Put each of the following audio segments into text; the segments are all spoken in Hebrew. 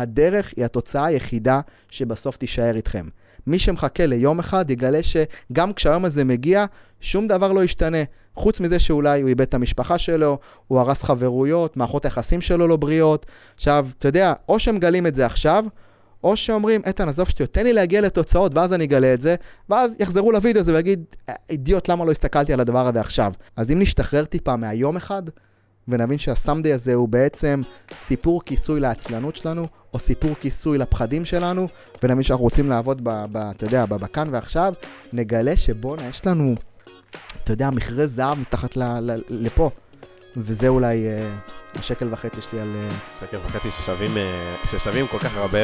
הדרך היא התוצאה היחידה שבסוף תישאר איתכם. מי שמחכה ליום אחד יגלה שגם כשהיום הזה מגיע, שום דבר לא ישתנה. חוץ מזה שאולי הוא איבד את המשפחה שלו, הוא הרס חברויות, מערכות היחסים שלו לא בריאות. עכשיו, אתה יודע, או שמגלים את זה עכשיו, או שאומרים, איתן, עזוב שטויות, תן לי להגיע לתוצאות, ואז אני אגלה את זה, ואז יחזרו לוידאו הזה ויגיד, אידיוט, למה לא הסתכלתי על הדבר הזה עכשיו? אז אם נשתחרר טיפה מהיום אחד, ונבין שהסמדי הזה הוא בעצם סיפור כיסוי לעצלנות שלנו, או סיפור כיסוי לפחדים שלנו, ונבין שאנחנו רוצים לעבוד אתה יודע, בכאן ועכשיו, נגלה שבונה, יש לנו, אתה יודע, מכרה זהב מתחת לפה. וזה אולי השקל וחצי שלי על... שקל וחצי ששווים כל כך הרבה.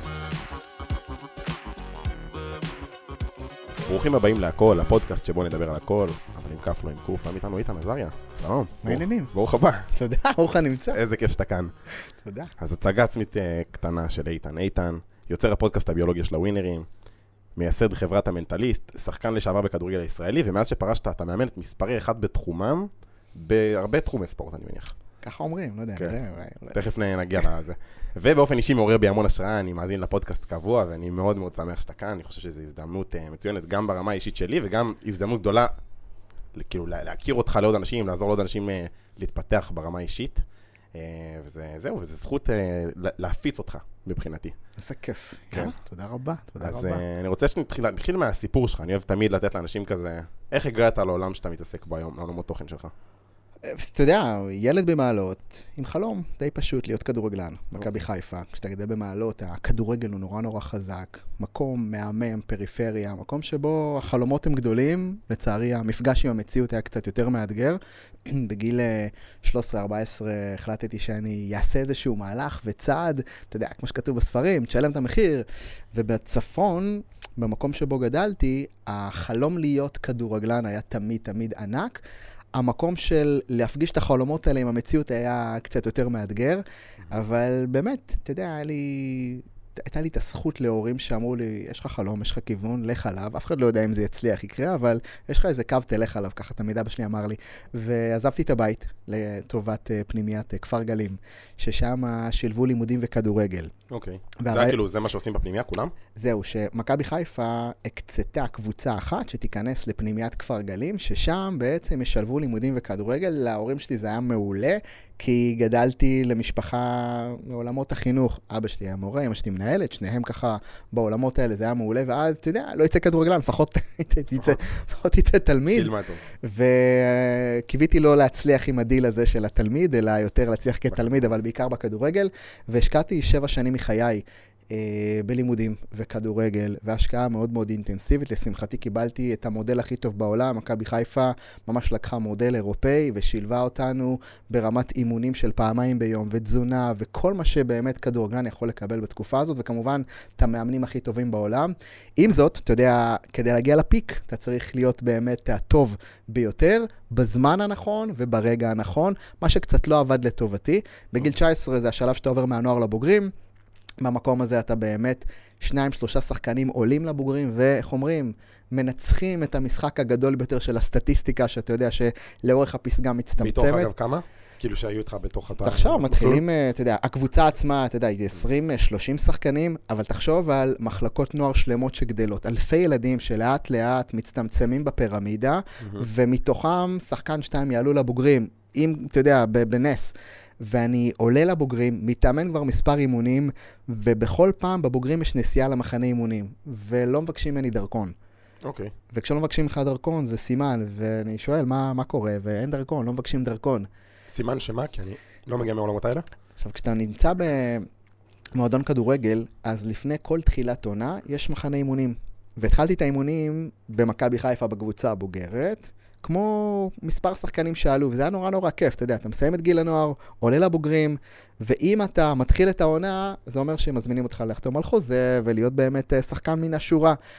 ברוכים הבאים להכל, הפודקאסט שבו נדבר על הכל, אבל עם כף לא עם קוף, איתנו איתן עזריה, שלום. מה העניינים? ברוך הבא. תודה, ברוך הנמצא. איזה כיף שאתה כאן. תודה. אז הצגה עצמית קטנה של איתן, יוצר הפודקאסט הביולוגיה של הווינרים, מייסד חברת המנטליסט, שחקן לשעבר בכדורגל הישראלי, ומאז שפרשת אתה מאמן את מספרי אחד בתחומם, בהרבה תחומי ספורט אני מניח. ככה אומרים, לא יודע. תכף נגיע לזה. ובאופן אישי מעורר בי המון השראה, אני מאזין לפודקאסט קבוע, ואני מאוד מאוד שמח שאתה כאן, אני חושב שזו הזדמנות מצוינת גם ברמה האישית שלי, וגם הזדמנות גדולה, כאילו להכיר אותך לעוד אנשים, לעזור לעוד אנשים להתפתח ברמה האישית, וזהו, וזו זכות להפיץ אותך מבחינתי. איזה כיף. כן, תודה רבה. אז אני רוצה שנתחיל מהסיפור שלך, אני אוהב תמיד לתת לאנשים כזה, איך הגעת לעולם שאתה מתעסק בו היום, לעולמות תוכן שלך? אתה יודע, ילד במעלות, עם חלום די פשוט להיות כדורגלן, מכבי חיפה. כשאתה גדל במעלות, הכדורגל הוא נורא נורא חזק, מקום מהמם, פריפריה, מקום שבו החלומות הם גדולים, לצערי המפגש עם המציאות היה קצת יותר מאתגר. בגיל 13-14 החלטתי שאני אעשה איזשהו מהלך וצעד, אתה יודע, כמו שכתוב בספרים, תשלם את המחיר, ובצפון, במקום שבו גדלתי, החלום להיות כדורגלן היה תמיד ענק, המקום של להפגיש את החלומות האלה עם המציאות היה קצת יותר מאתגר, אבל באמת, אתה יודע, הייתה לי את הזכות להורים שאמרו לי, יש לך חלום, יש לך כיוון, לך עליו, אף אחד לא יודע אם זה יצליח יקרה, אבל יש לך איזה קו, תלך עליו, ככה תמיד אבא שלי אמר לי, ועזבתי את הבית לטובת פנימיית כפר גלים, ששם שילבו לימודים וכדורגל. אוקיי. זה כאילו, זה מה שעושים בפנימיה, כולם? זהו, שמכבי חיפה הקצתה קבוצה אחת שתיכנס לפנימיית כפר גלים, ששם בעצם ישלבו לימודים וכדורגל. להורים שלי זה היה מעולה, כי גדלתי למשפחה מעולמות החינוך. אבא שלי היה מורה, אמא שלי מנהלת, שניהם ככה בעולמות האלה, זה היה מעולה, ואז, אתה יודע, לא יצא כדורגלן, לפחות יצא תלמיד. שילמה טוב. וקיוויתי לא להצליח עם הדיל הזה של התלמיד, אלא יותר להצליח כתלמיד, אבל בעיקר בכדורגל, והשקעתי 7 שנים מחיי בלימודים וכדורגל, והשקעה מאוד מאוד אינטנסיבית. לשמחתי קיבלתי את המודל הכי טוב בעולם. מכבי חיפה ממש לקחה מודל אירופאי ושילבה אותנו ברמת אימונים של פעמיים ביום ותזונה וכל מה שבאמת כדורגלן יכול לקבל בתקופה הזאת, וכמובן את המאמנים הכי טובים בעולם. עם זאת, אתה יודע, כדי להגיע לפיק אתה צריך להיות באמת הטוב ביותר, בזמן הנכון וברגע הנכון, מה שקצת לא עבד לטובתי. בגיל 19 זה השלב שאתה עובר מהנוער לבוגרים, במקום הזה אתה באמת 2-3 שחקנים עולים לבוגרים, ואיך אומרים, מנצחים את המשחק הגדול ביותר של הסטטיסטיקה, שאתה יודע שלאורך הפסגה מצטמצמת. מתוך אגב כמה? כאילו שהיו איתך בתוך אתה... תחשוב, מתחילים, אתה יודע, הקבוצה עצמה, אתה יודע, 20-30 שחקנים, אבל תחשוב על מחלקות נוער שלמות שגדלות, אלפי ילדים שלאט לאט מצטמצמים בפירמידה, ומתוכם שחקן 2 יעלו לבוגרים, אם, אתה יודע, בנס. ואני עולה לבוגרים, מתאמן כבר מספר אימונים, ובכל פעם בבוגרים יש נסיעה למחנה אימונים, ולא מבקשים ממני דרכון. אוקיי. וכשלא מבקשים לך דרכון זה סימן, ואני שואל מה קורה, ואין דרכון, לא מבקשים דרכון. סימן שמה? כי אני לא מגיע מהעולמות האלה. עכשיו, כשאתה נמצא במועדון כדורגל, אז לפני כל תחילת עונה יש מחנה אימונים. והתחלתי את האימונים במכבי חיפה בקבוצה הבוגרת, כמו מספר שחקנים שעלו, וזה היה נורא נורא כיף, אתה יודע, אתה מסיים את גיל הנוער, עולה לבוגרים, ואם אתה מתחיל את העונה, זה אומר שהם מזמינים אותך לחתום על חוזה, ולהיות באמת שחקן מן השורה.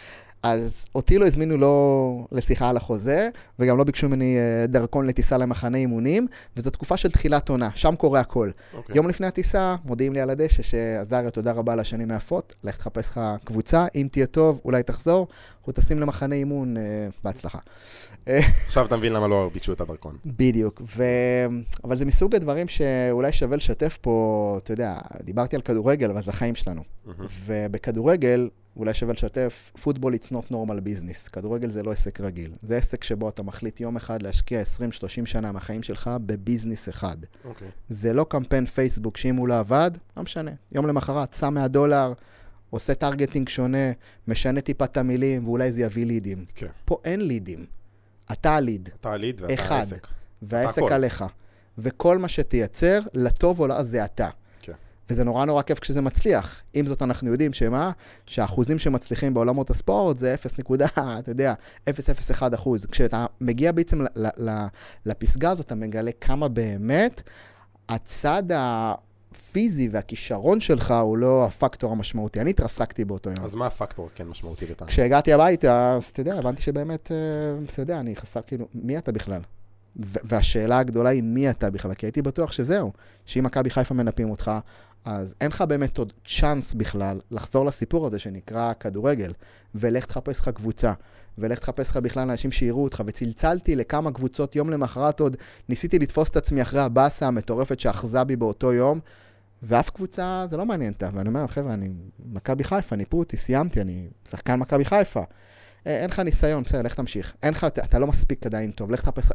אז אותי לא הזמינו לו לשיחה על החוזה, וגם לא ביקשו ממני דרכון לטיסה למחנה אימונים, וזו תקופה של תחילת עונה, שם קורה הכל. יום לפני הטיסה, מודיעים לי על הדשא שעזריה, תודה רבה על השנים מהפות, לך תחפש לך קבוצה, אם תהיה טוב, אולי תחזור, אנחנו טסים למחנה אימון, בהצלחה. עכשיו אתה מבין למה לא ביקשו את הדרכון. בדיוק, אבל זה מסוג הדברים שאולי שווה לשתף פה, אתה יודע, דיברתי על כדורגל, אבל זה החיים שלנו. ובכדורגל, אולי שווה לשתף, פוטבול it's not normal business. כדורגל זה לא עסק רגיל. זה עסק שבו אתה מחליט יום אחד להשקיע 20-30 שנה מהחיים שלך בביזנס אחד. זה לא קמפיין פייסבוק שאם הוא לא עבד, לא משנה. יום למחרת, שם $100, עושה טרגטינג שונה, משנה טיפה את המילים, ואולי זה יביא לידים. פה אין לידים. אתה הליד. אתה הליד ואתה העסק. והעסק עליך. וכל מה שתייצר, לטוב או לא, זה אתה. וזה נורא נורא כיף כשזה מצליח. עם זאת אנחנו יודעים שהאחוזים שמצליחים בעולמות הספורט זה 0.001%. כשאתה מגיע בעצם לפסגה הזאת, אתה מגלה כמה באמת הצד הפיזי והכישרון שלך הוא לא הפקטור המשמעותי. אני התרסקתי באותו יום. אז מה הפקטור כן משמעותי בטח? כשהגעתי הביתה, אז אתה יודע, הבנתי שבאמת, אתה יודע, אני חסר כאילו, מי אתה בכלל? והשאלה הגדולה היא מי אתה בכלל, כי הייתי בטוח שזהו, שאם מכבי חיפה מנפים אותך, אז אין לך באמת עוד צ'אנס בכלל לחזור לסיפור הזה שנקרא כדורגל, ולך תחפש לך קבוצה, ולך תחפש לך בכלל אנשים שיראו אותך, וצלצלתי לכמה קבוצות יום למחרת עוד, ניסיתי לתפוס את עצמי אחרי הבאסה המטורפת שאחזה בי באותו יום, ואף קבוצה זה לא מעניין אותה, ואני אומר, חבר'ה, אני מכבי חיפה, ניפו אותי, סיימתי, אני שחקן מכבי חיפה. אין לך ניסיון, בסדר, לך תמשיך. אין לך, אתה לא מספיק עדיין טוב, לך תחפש,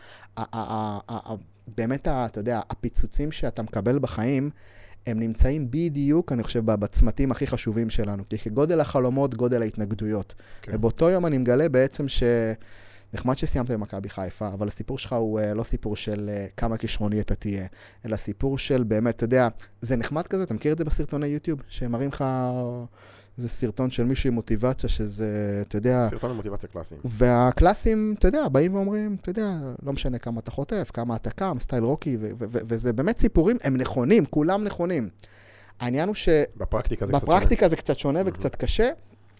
באמת, אתה יודע, הפיצוצים שאתה מקבל בחיים, הם נמצאים בדיוק, אני חושב, בצמתים הכי חשובים שלנו, כי גודל החלומות, גודל ההתנגדויות. ובאותו יום אני מגלה בעצם נחמד שסיימת במכבי חיפה, אבל הסיפור שלך הוא לא סיפור של כמה כישרוני אתה תהיה, אלא סיפור של באמת, אתה יודע, זה נחמד כזה, אתה מכיר את זה בסרטוני יוטיוב, שמראים לך זה סרטון של מישהו עם מוטיבציה, שזה, אתה יודע... סרטון עם מוטיבציה קלאסיים. והקלאסים, אתה יודע, באים ואומרים, אתה יודע, לא משנה כמה אתה חוטף, כמה אתה קם, סטייל רוקי, וזה באמת סיפורים, הם נכונים, כולם נכונים. העניין הוא ש... בפרקטיקה זה קצת שונה וקצת קשה,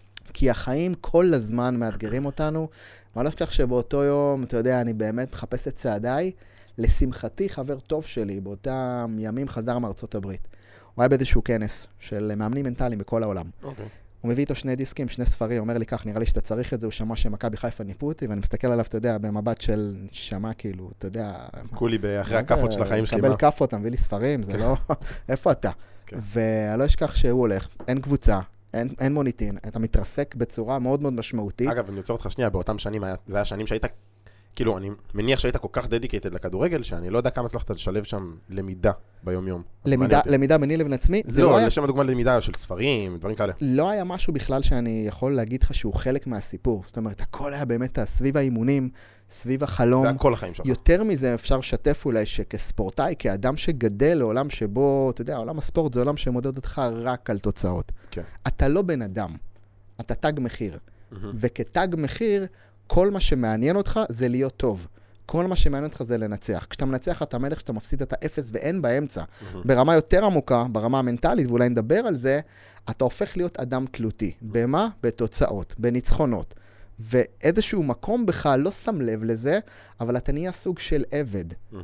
כי החיים כל הזמן מאתגרים אותנו, ואני לא אשכח שבאותו יום, אתה יודע, אני באמת מחפש את צעדיי, לשמחתי חבר טוב שלי, באותם ימים חזר מארצות הברית. הוא היה באיזשהו כנס של מאמנים מנטליים בכל העולם. הוא מביא איתו 2 דיסקים, 2 ספרים, אומר לי כך, נראה לי שאתה צריך את זה, הוא שמע שמכבי חיפה ניפו אותי, ואני מסתכל עליו, אתה יודע, במבט של שמע כאילו, אתה יודע... כולי אחרי הכפות של החיים שלי. קבל כפות, אתה מביא לי ספרים, זה לא... איפה אתה? ואני לא אשכח שהוא הולך, אין קבוצה, אין מוניטין, אתה מתרסק בצורה מאוד מאוד משמעותית. אגב, אני רוצה אותך שנייה, באותם שנים, זה היה שנים שהיית, כאילו, אני מניח שהיית כל כך דדיקייטד לכדורגל, שאני לא יודע כמה הצלחת לשלב שם למידה ביום-יום. למידה ביני לבין עצמי? לא, לשם הדוגמה למידה של ספרים, דברים כאלה. לא היה משהו בכלל שאני יכול להגיד לך שהוא חלק מהסיפור. זאת אומרת, הכל היה באמת סביב האימונים, סביב החלום. זה הכל החיים שלך. יותר מזה אפשר לשתף אולי שכספורטאי, כאדם שגדל לעולם שבו, אתה יודע, עולם הספורט זה עולם שמודד אותך רק על תוצאות. כן. אתה לא בן אדם, אתה תג מחיר. וכתג מחיר, כל מה שמעניין אותך זה להיות טוב. כל מה שמעניין אותך זה לנצח. כשאתה מנצח אתה מלך, כשאתה מפסיד את האפס ואין באמצע. ברמה יותר עמוקה, ברמה המנטלית, ואולי נדבר על זה, אתה הופך להיות אדם תלותי. במה? בתוצאות, בניצחונות. ואיזשהו מקום בך לא שם לב לזה, אבל אתה נהיה סוג של עבד.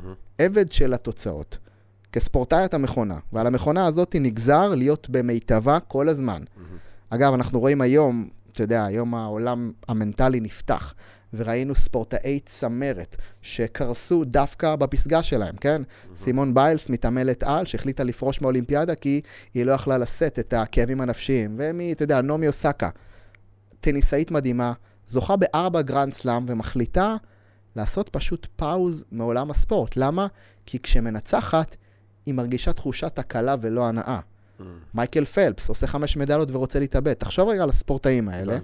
עבד של התוצאות. כספורטאי אתה מכונה, ועל המכונה הזאת נגזר להיות במיטבה כל הזמן. אגב, אנחנו רואים היום, אתה יודע, היום העולם המנטלי נפתח, וראינו ספורטאי צמרת שקרסו דווקא בפסגה שלהם, כן? סימון ביילס מתעמלת על שהחליטה לפרוש מהאולימפיאדה כי היא לא יכלה לשאת את הכאבים הנפשיים, ומי, אתה יודע, נעמי אוסקה, טניסאית מדהימה, זוכה ב4 גרנד סלאם ומחליטה לעשות פשוט פאוז מעולם הספורט. למה? כי כשמנצחת היא מרגישה תחושת הקלה ולא הנאה. מייקל פלפס עושה 5 מדליות ורוצה להתאבד. תחשוב רגע על הספורטאים האלה,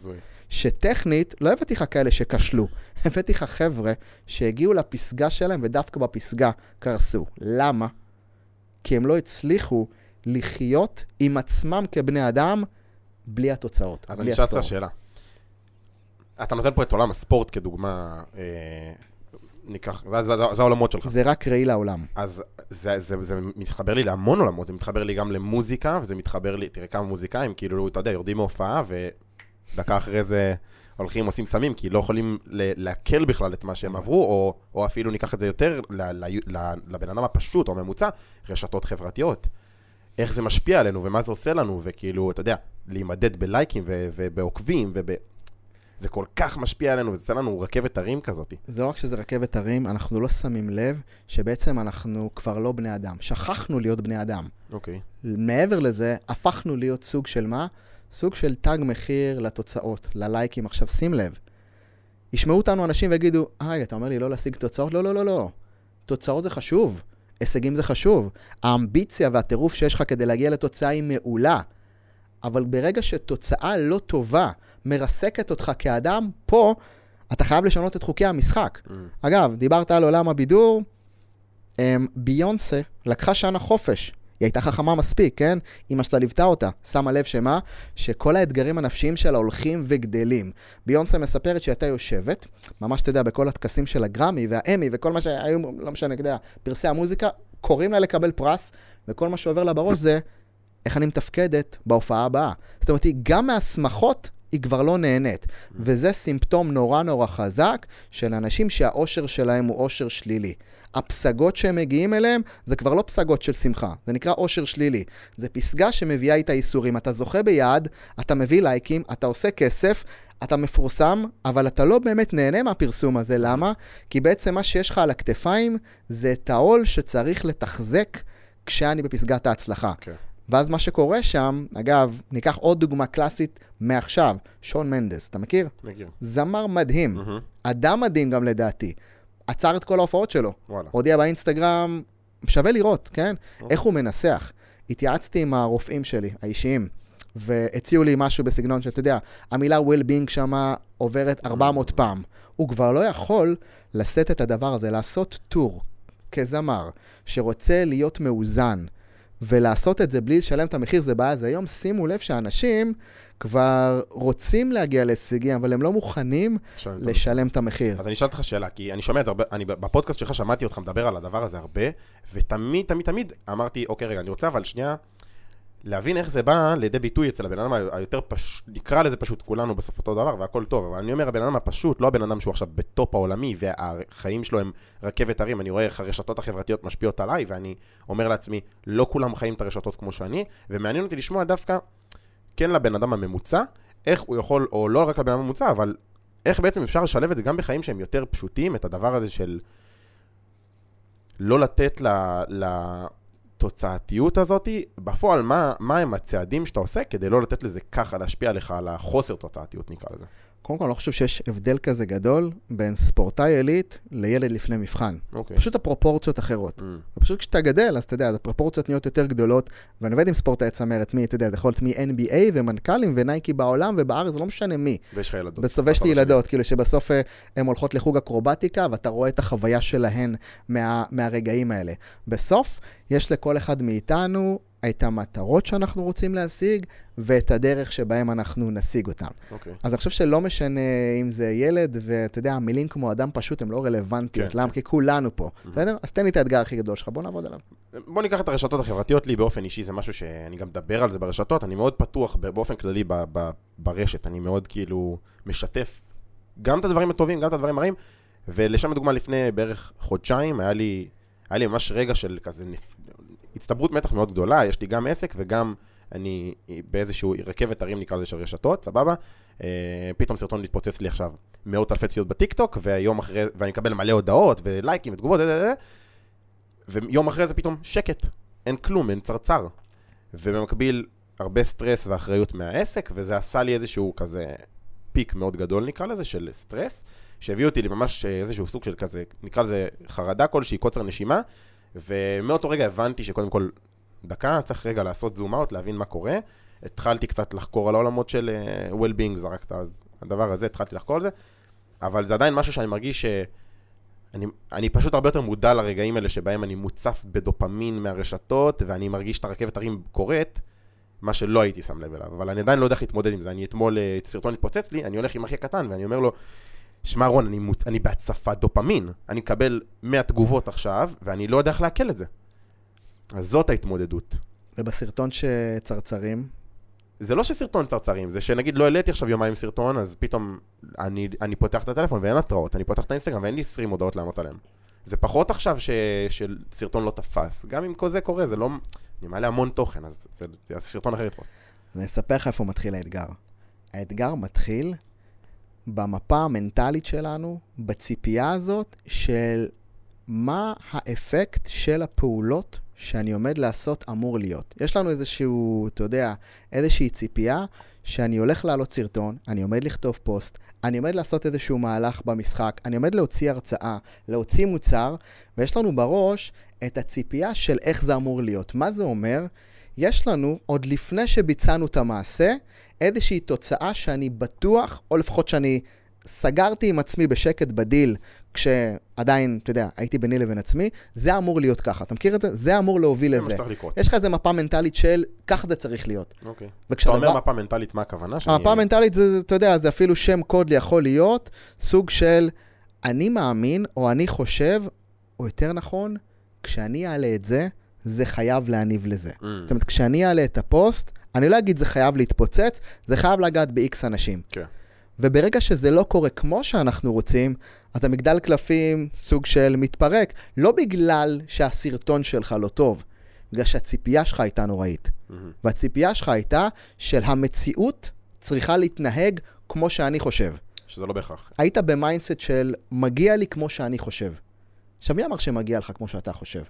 שטכנית לא הבאתי לך כאלה שכשלו, הבאתי לך חבר'ה שהגיעו לפסגה שלהם ודווקא בפסגה קרסו. למה? כי הם לא הצליחו לחיות עם עצמם כבני אדם בלי התוצאות. אז אני אשאל אותך שאלה. אתה נותן פה את עולם הספורט כדוגמה, ניקח, זה העולמות שלך. זה רק ראי לעולם. אז זה מתחבר לי להמון עולמות, זה מתחבר לי גם למוזיקה, וזה מתחבר לי, תראה כמה מוזיקאים, כאילו, אתה יודע, יורדים מהופעה, דקה אחרי זה הולכים, עושים סמים, כי לא יכולים להקל בכלל את מה שהם עברו, או אפילו ניקח את זה יותר לבן אדם הפשוט או ממוצע, רשתות חברתיות. איך זה משפיע עלינו ומה זה עושה לנו, וכאילו, אתה יודע, להימדד בלייקים ובעוקבים, זה כל כך משפיע עלינו, וזה עושה לנו רכבת הרים כזאת. זה לא רק שזה רכבת הרים, אנחנו לא שמים לב שבעצם אנחנו כבר לא בני אדם. שכחנו להיות בני אדם. אוקיי. מעבר לזה, הפכנו להיות סוג של מה? סוג של תג מחיר לתוצאות, ללייקים. עכשיו שים לב. ישמעו אותנו אנשים ויגידו, רגע, אתה אומר לי לא להשיג תוצאות? לא, לא, לא, לא. תוצאות זה חשוב. הישגים זה חשוב. האמביציה והטירוף שיש לך כדי להגיע לתוצאה היא מעולה. אבל ברגע שתוצאה לא טובה מרסקת אותך כאדם, פה אתה חייב לשנות את חוקי המשחק. אגב, דיברת על עולם הבידור, ביונסה לקחה שנה חופש. היא הייתה חכמה מספיק, כן? אמא שלה ליוותה אותה. שמה לב שמה? שכל האתגרים הנפשיים שלה הולכים וגדלים. ביונסה מספרת שהייתה יושבת, ממש אתה יודע, בכל התקסים של הגרמי והאמי וכל מה שהיו, לא משנה, אתה יודע, פרסי המוזיקה, קוראים לה לקבל פרס, וכל מה שעובר לה בראש זה איך אני מתפקדת בהופעה הבאה. זאת אומרת, גם מהסמכות היא כבר לא נהנית. וזה סימפטום נורא נורא חזק של אנשים שהאושר שלהם הוא אושר שלילי. הפסגות שהם מגיעים אליהם זה כבר לא פסגות של שמחה, זה נקרא אושר שלילי. זה פסגה שמביאה איתה איסורים. אתה זוכה ביד, אתה מביא לייקים, אתה עושה כסף, אתה מפורסם, אבל אתה לא באמת נהנה מהפרסום הזה. למה? כי בעצם מה שיש לך על הכתפיים זה את העול שצריך לתחזק כשאני בפסגת ההצלחה. Okay. ואז מה שקורה שם, אגב, ניקח עוד דוגמה קלאסית מעכשיו, שון מנדס, אתה מכיר? מכיר. זמר מדהים, אדם מדהים גם לדעתי. עצר את כל ההופעות שלו. הודיע באינסטגרם, שווה לראות, כן? איך הוא מנסח. התייעצתי עם הרופאים שלי, האישיים, והציעו לי משהו בסגנון שאתה יודע, המילה well-being שמה עוברת 400 פעם. הוא כבר לא יכול לשאת את הדבר הזה, לעשות טור כזמר, שרוצה להיות מאוזן, ולעשות את זה בלי לשלם את המחיר, זה בעיה. זה היום שימו לב שאנשים כבר רוצים להגיע להישגים, אבל הם לא מוכנים לשלם את המחיר. אז אני אשאל אותך שאלה, כי אני שומע את הרבה, בפודקאסט שלך שמעתי אותך מדבר על הדבר הזה הרבה, ותמיד, תמיד, תמיד אמרתי, אוקיי, רגע, אני רוצה אבל שנייה להבין איך זה בא לידי ביטוי אצל הבן אדם היותר פשוט, נקרא לזה פשוט כולנו בסוף אותו דבר, והכל טוב, אבל אני אומר, הבן אדם הפשוט, לא הבן אדם שהוא עכשיו בטופ העולמי, והחיים שלו הם רכבת הרים, אני רואה איך הרשתות החברתיות משפיעות עליי, ואני אומר לעצמי, לא כולם חיים את הרשתות כמו שאני, ומעניין אותי לשמוע דווקא, כן לבן אדם הממוצע, איך הוא יכול, או לא רק לבן אדם הממוצע, אבל איך בעצם אפשר לשלב את זה גם בחיים שהם יותר פשוטים, את הדבר הזה של לא לתת תוצאתיות הזאת, בפועל, מה הם הצעדים שאתה עושה כדי לא לתת לזה ככה להשפיע לך על החוסר תוצאתיות, נקרא לזה? קודם כל, אני לא חושב שיש הבדל כזה גדול בין ספורטאי אליט לילד לפני מבחן. פשוט הפרופורציות אחרות. ופשוט כשאתה גדל, אז אתה יודע, הפרופורציות נהיות יותר גדולות, ואני עובד עם ספורטאי צמרת, אתה יודע, זה יכול להיות מ-NBA ומנכ"לים ונייקי בעולם ובארץ, זה לא משנה מי. ויש לך ילדות. בסוף יש לי ילדות, כאילו שבסוף הן הולכות לחוג אקרובטיקה, ואתה רואה את החוויה שלהן מהרגעים האלה. בסוף, יש לכל אחד מאיתנו את המטרות שאנחנו רוצים להשיג, ואת הדרך שבהם אנחנו נשיג אותם. אז אני חושב שלא משנה אם זה ילד, ואתה יודע, המילים כמו אדם פשוט, הן לא רלוונטיות. למה? כי כולנו פה. בסדר? אז תן לי את האתגר הכי גדול שלך, בוא נעבוד עליו. בוא ניקח את הרשתות החברתיות. לי באופן אישי, זה משהו שאני גם מדבר על זה ברשתות. אני מאוד פתוח באופן כללי ברשת. אני מאוד כאילו משתף גם את הדברים הטובים, גם את הדברים הרעים. ולשם דוגמה, לפני בערך חודשיים, היה לי ממש רגע של כזה הצטברות מתח מאוד גדולה, יש לי גם עסק וגם אני באיזשהו רכבת הרים נקרא לזה של רשתות, סבבה? פתאום סרטון מתפוצץ לי עכשיו מאות אלפי צפיות בטיקטוק, ויום אחרי, ואני מקבל מלא הודעות ולייקים ותגובות, ויום אחרי זה פתאום שקט, אין כלום, אין צרצר. ובמקביל הרבה סטרס ואחריות מהעסק, וזה עשה לי איזשהו כזה פיק מאוד גדול נקרא לזה של סטרס, שהביא אותי לממש איזשהו סוג של כזה, נקרא לזה חרדה כלשהי, קוצר נשימה, ומאותו רגע הבנתי שקודם כל דקה, צריך רגע לעשות זום אאוט, להבין מה קורה. התחלתי קצת לחקור על העולמות של well-being, זרקת אז הדבר הזה, התחלתי לחקור על זה, אבל זה עדיין משהו שאני מרגיש שאני פשוט הרבה יותר מודע לרגעים האלה שבהם אני מוצף בדופמין מהרשתות, ואני מרגיש את הרכבת הרים קורית, מה שלא הייתי שם לב אליו, אבל אני עדיין לא יודע איך להתמודד עם זה. אני אתמול סרטון התפוצץ לי, אני הולך עם אחי הקטן, ואני אומר לו, שמע רון, אני בהצפת דופמין, אני אקבל 100 תגובות עכשיו, ואני לא יודע איך להקל את זה. אז זאת ההתמודדות. ובסרטון שצרצרים, זה לא שסרטון צרצרים, זה שנגיד לא העליתי עכשיו יומיים סרטון, אז פתאום אני פותח את הטלפון ואין התראות, אני פותח את האינסטגרם ואין לי 20 הודעות לענות עליהם. זה פחות עכשיו שסרטון לא תפס. גם אם כל זה קורה, זה לא... אני מעלה המון תוכן, אז זה סרטון אחר יתפוס. אני אספר לך איפה מתחיל האתגר. האתגר מתחיל במפה המנטלית שלנו, בציפייה הזאת של מה האפקט של הפעולות שאני עומד לעשות אמור להיות. יש לנו איזשהו, אתה יודע, איזושהי ציפייה שאני הולך לעלות סרטון, אני עומד לכתוב פוסט, אני עומד לעשות איזשהו מהלך במשחק, אני עומד להוציא הרצאה, להוציא מוצר, ויש לנו בראש את הציפייה של איך זה אמור להיות. מה זה אומר? יש לנו, עוד לפני שביצענו את המעשה, איזושהי תוצאה שאני בטוח, או לפחות שאני סגרתי עם עצמי בשקט בדיל, כשעדיין, אתה יודע, הייתי ביני לבין עצמי, זה אמור להיות ככה. אתה מכיר את זה? זה אמור להוביל לזה. יש לך איזו מפה מנטלית של ככה זה צריך להיות. אוקיי. אתה אומר מפה מנטלית, מה הכוונה? המפה המנטלית זה, אתה יודע, זה אפילו שם קוד יכול להיות סוג של אני מאמין, או אני חושב, או יותר נכון, כשאני אעלה את זה, זה חייב להניב לזה. זאת אומרת, כשאני אעלה את הפוסט, אני לא אגיד זה חייב להתפוצץ, זה חייב לגעת ב-X אנשים. כן. וברגע שזה לא קורה כמו שאנחנו רוצים, אז המגדל קלפים סוג של מתפרק, לא בגלל שהסרטון שלך לא טוב, בגלל שהציפייה שלך הייתה נוראית. והציפייה שלך הייתה של המציאות צריכה להתנהג כמו שאני חושב. שזה לא בהכרח. היית במיינדסט של מגיע לי כמו שאני חושב. עכשיו מי אמר שמגיע לך כמו שאתה חושב?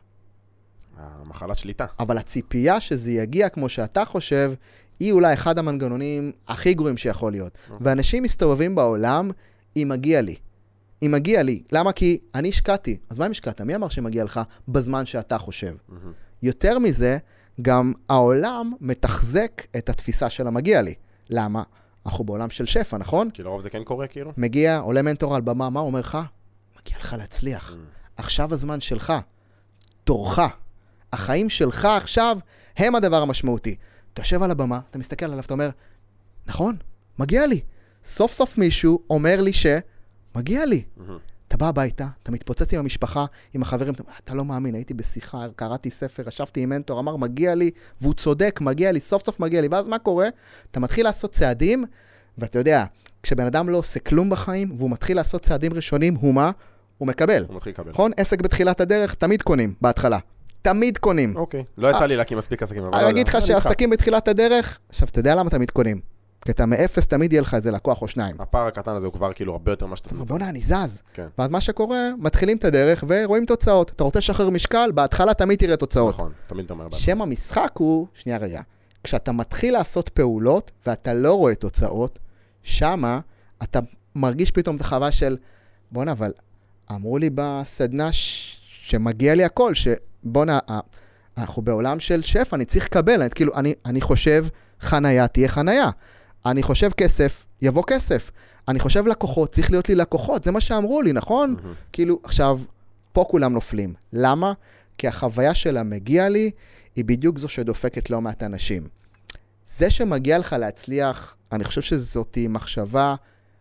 המחלת שליטה. אבל הציפייה שזה יגיע כמו שאתה חושב, היא אולי אחד המנגנונים הכי גרועים שיכול להיות. ואנשים מסתובבים בעולם, היא מגיע לי. היא מגיע לי. למה? כי אני השקעתי. אז מה אם השקעת? מי אמר שמגיע לך בזמן שאתה חושב? יותר מזה, גם העולם מתחזק את התפיסה של המגיע לי. למה? אנחנו בעולם של שפע, נכון? כי לרוב זה כן קורה, כאילו? מגיע, עולה מנטור על במה, מה הוא אומר לך? מגיע לך להצליח. עכשיו הזמן שלך. תורך. החיים שלך עכשיו הם הדבר המשמעותי. אתה יושב על הבמה, אתה מסתכל עליו, אתה אומר, נכון, מגיע לי. סוף סוף מישהו אומר לי שמגיע לי. אתה בא הביתה, אתה מתפוצץ עם המשפחה, עם החברים, אתה לא מאמין, הייתי בשיחה, קראתי ספר, ישבתי עם מנטור, אמר, מגיע לי, והוא צודק, מגיע לי, סוף סוף מגיע לי. ואז מה קורה? אתה מתחיל לעשות צעדים, ואתה יודע, כשבן אדם לא עושה כלום בחיים, והוא מתחיל לעשות צעדים ראשונים, הוא מה? הוא מקבל. הוא מתחיל לקבל. נכון? עסק בתחילת הדרך, תמיד קונים, בהתחלה. תמיד קונים. אוקיי. לא יצא לי להקים מספיק עסקים. אני אגיד לך שעסקים בתחילת הדרך, עכשיו, אתה יודע למה תמיד קונים? כי אתה מאפס, תמיד יהיה לך איזה לקוח או שניים. הפער הקטן הזה הוא כבר כאילו הרבה יותר מה שאתה מצא. בוא'נה, אני זז. ואז מה שקורה, מתחילים את הדרך ורואים תוצאות. אתה רוצה לשחרר משקל, בהתחלה תמיד תראה תוצאות. נכון, תמיד אתה אומר. שם המשחק הוא, שנייה רגע, כשאתה מתחיל לעשות פעולות ואתה לא רואה תוצאות, שמה אתה מרגיש פתאום את החווה של, בוא'נה, אבל אמרו לי בסדנה שמגיע לי הכל, שבוא'נה, אנחנו בעולם של שפע, אני צריך לקבל, כאילו, אני חושב חנייה תהיה חנייה. אני חושב כסף, יבוא כסף. אני חושב לקוחות, צריך להיות לי לקוחות. זה מה שאמרו לי, נכון? כאילו, עכשיו, פה כולם נופלים. למה? כי החוויה שלה מגיע לי, היא בדיוק זו שדופקת לא מעט אנשים. זה שמגיע לך להצליח, אני חושב שזאת מחשבה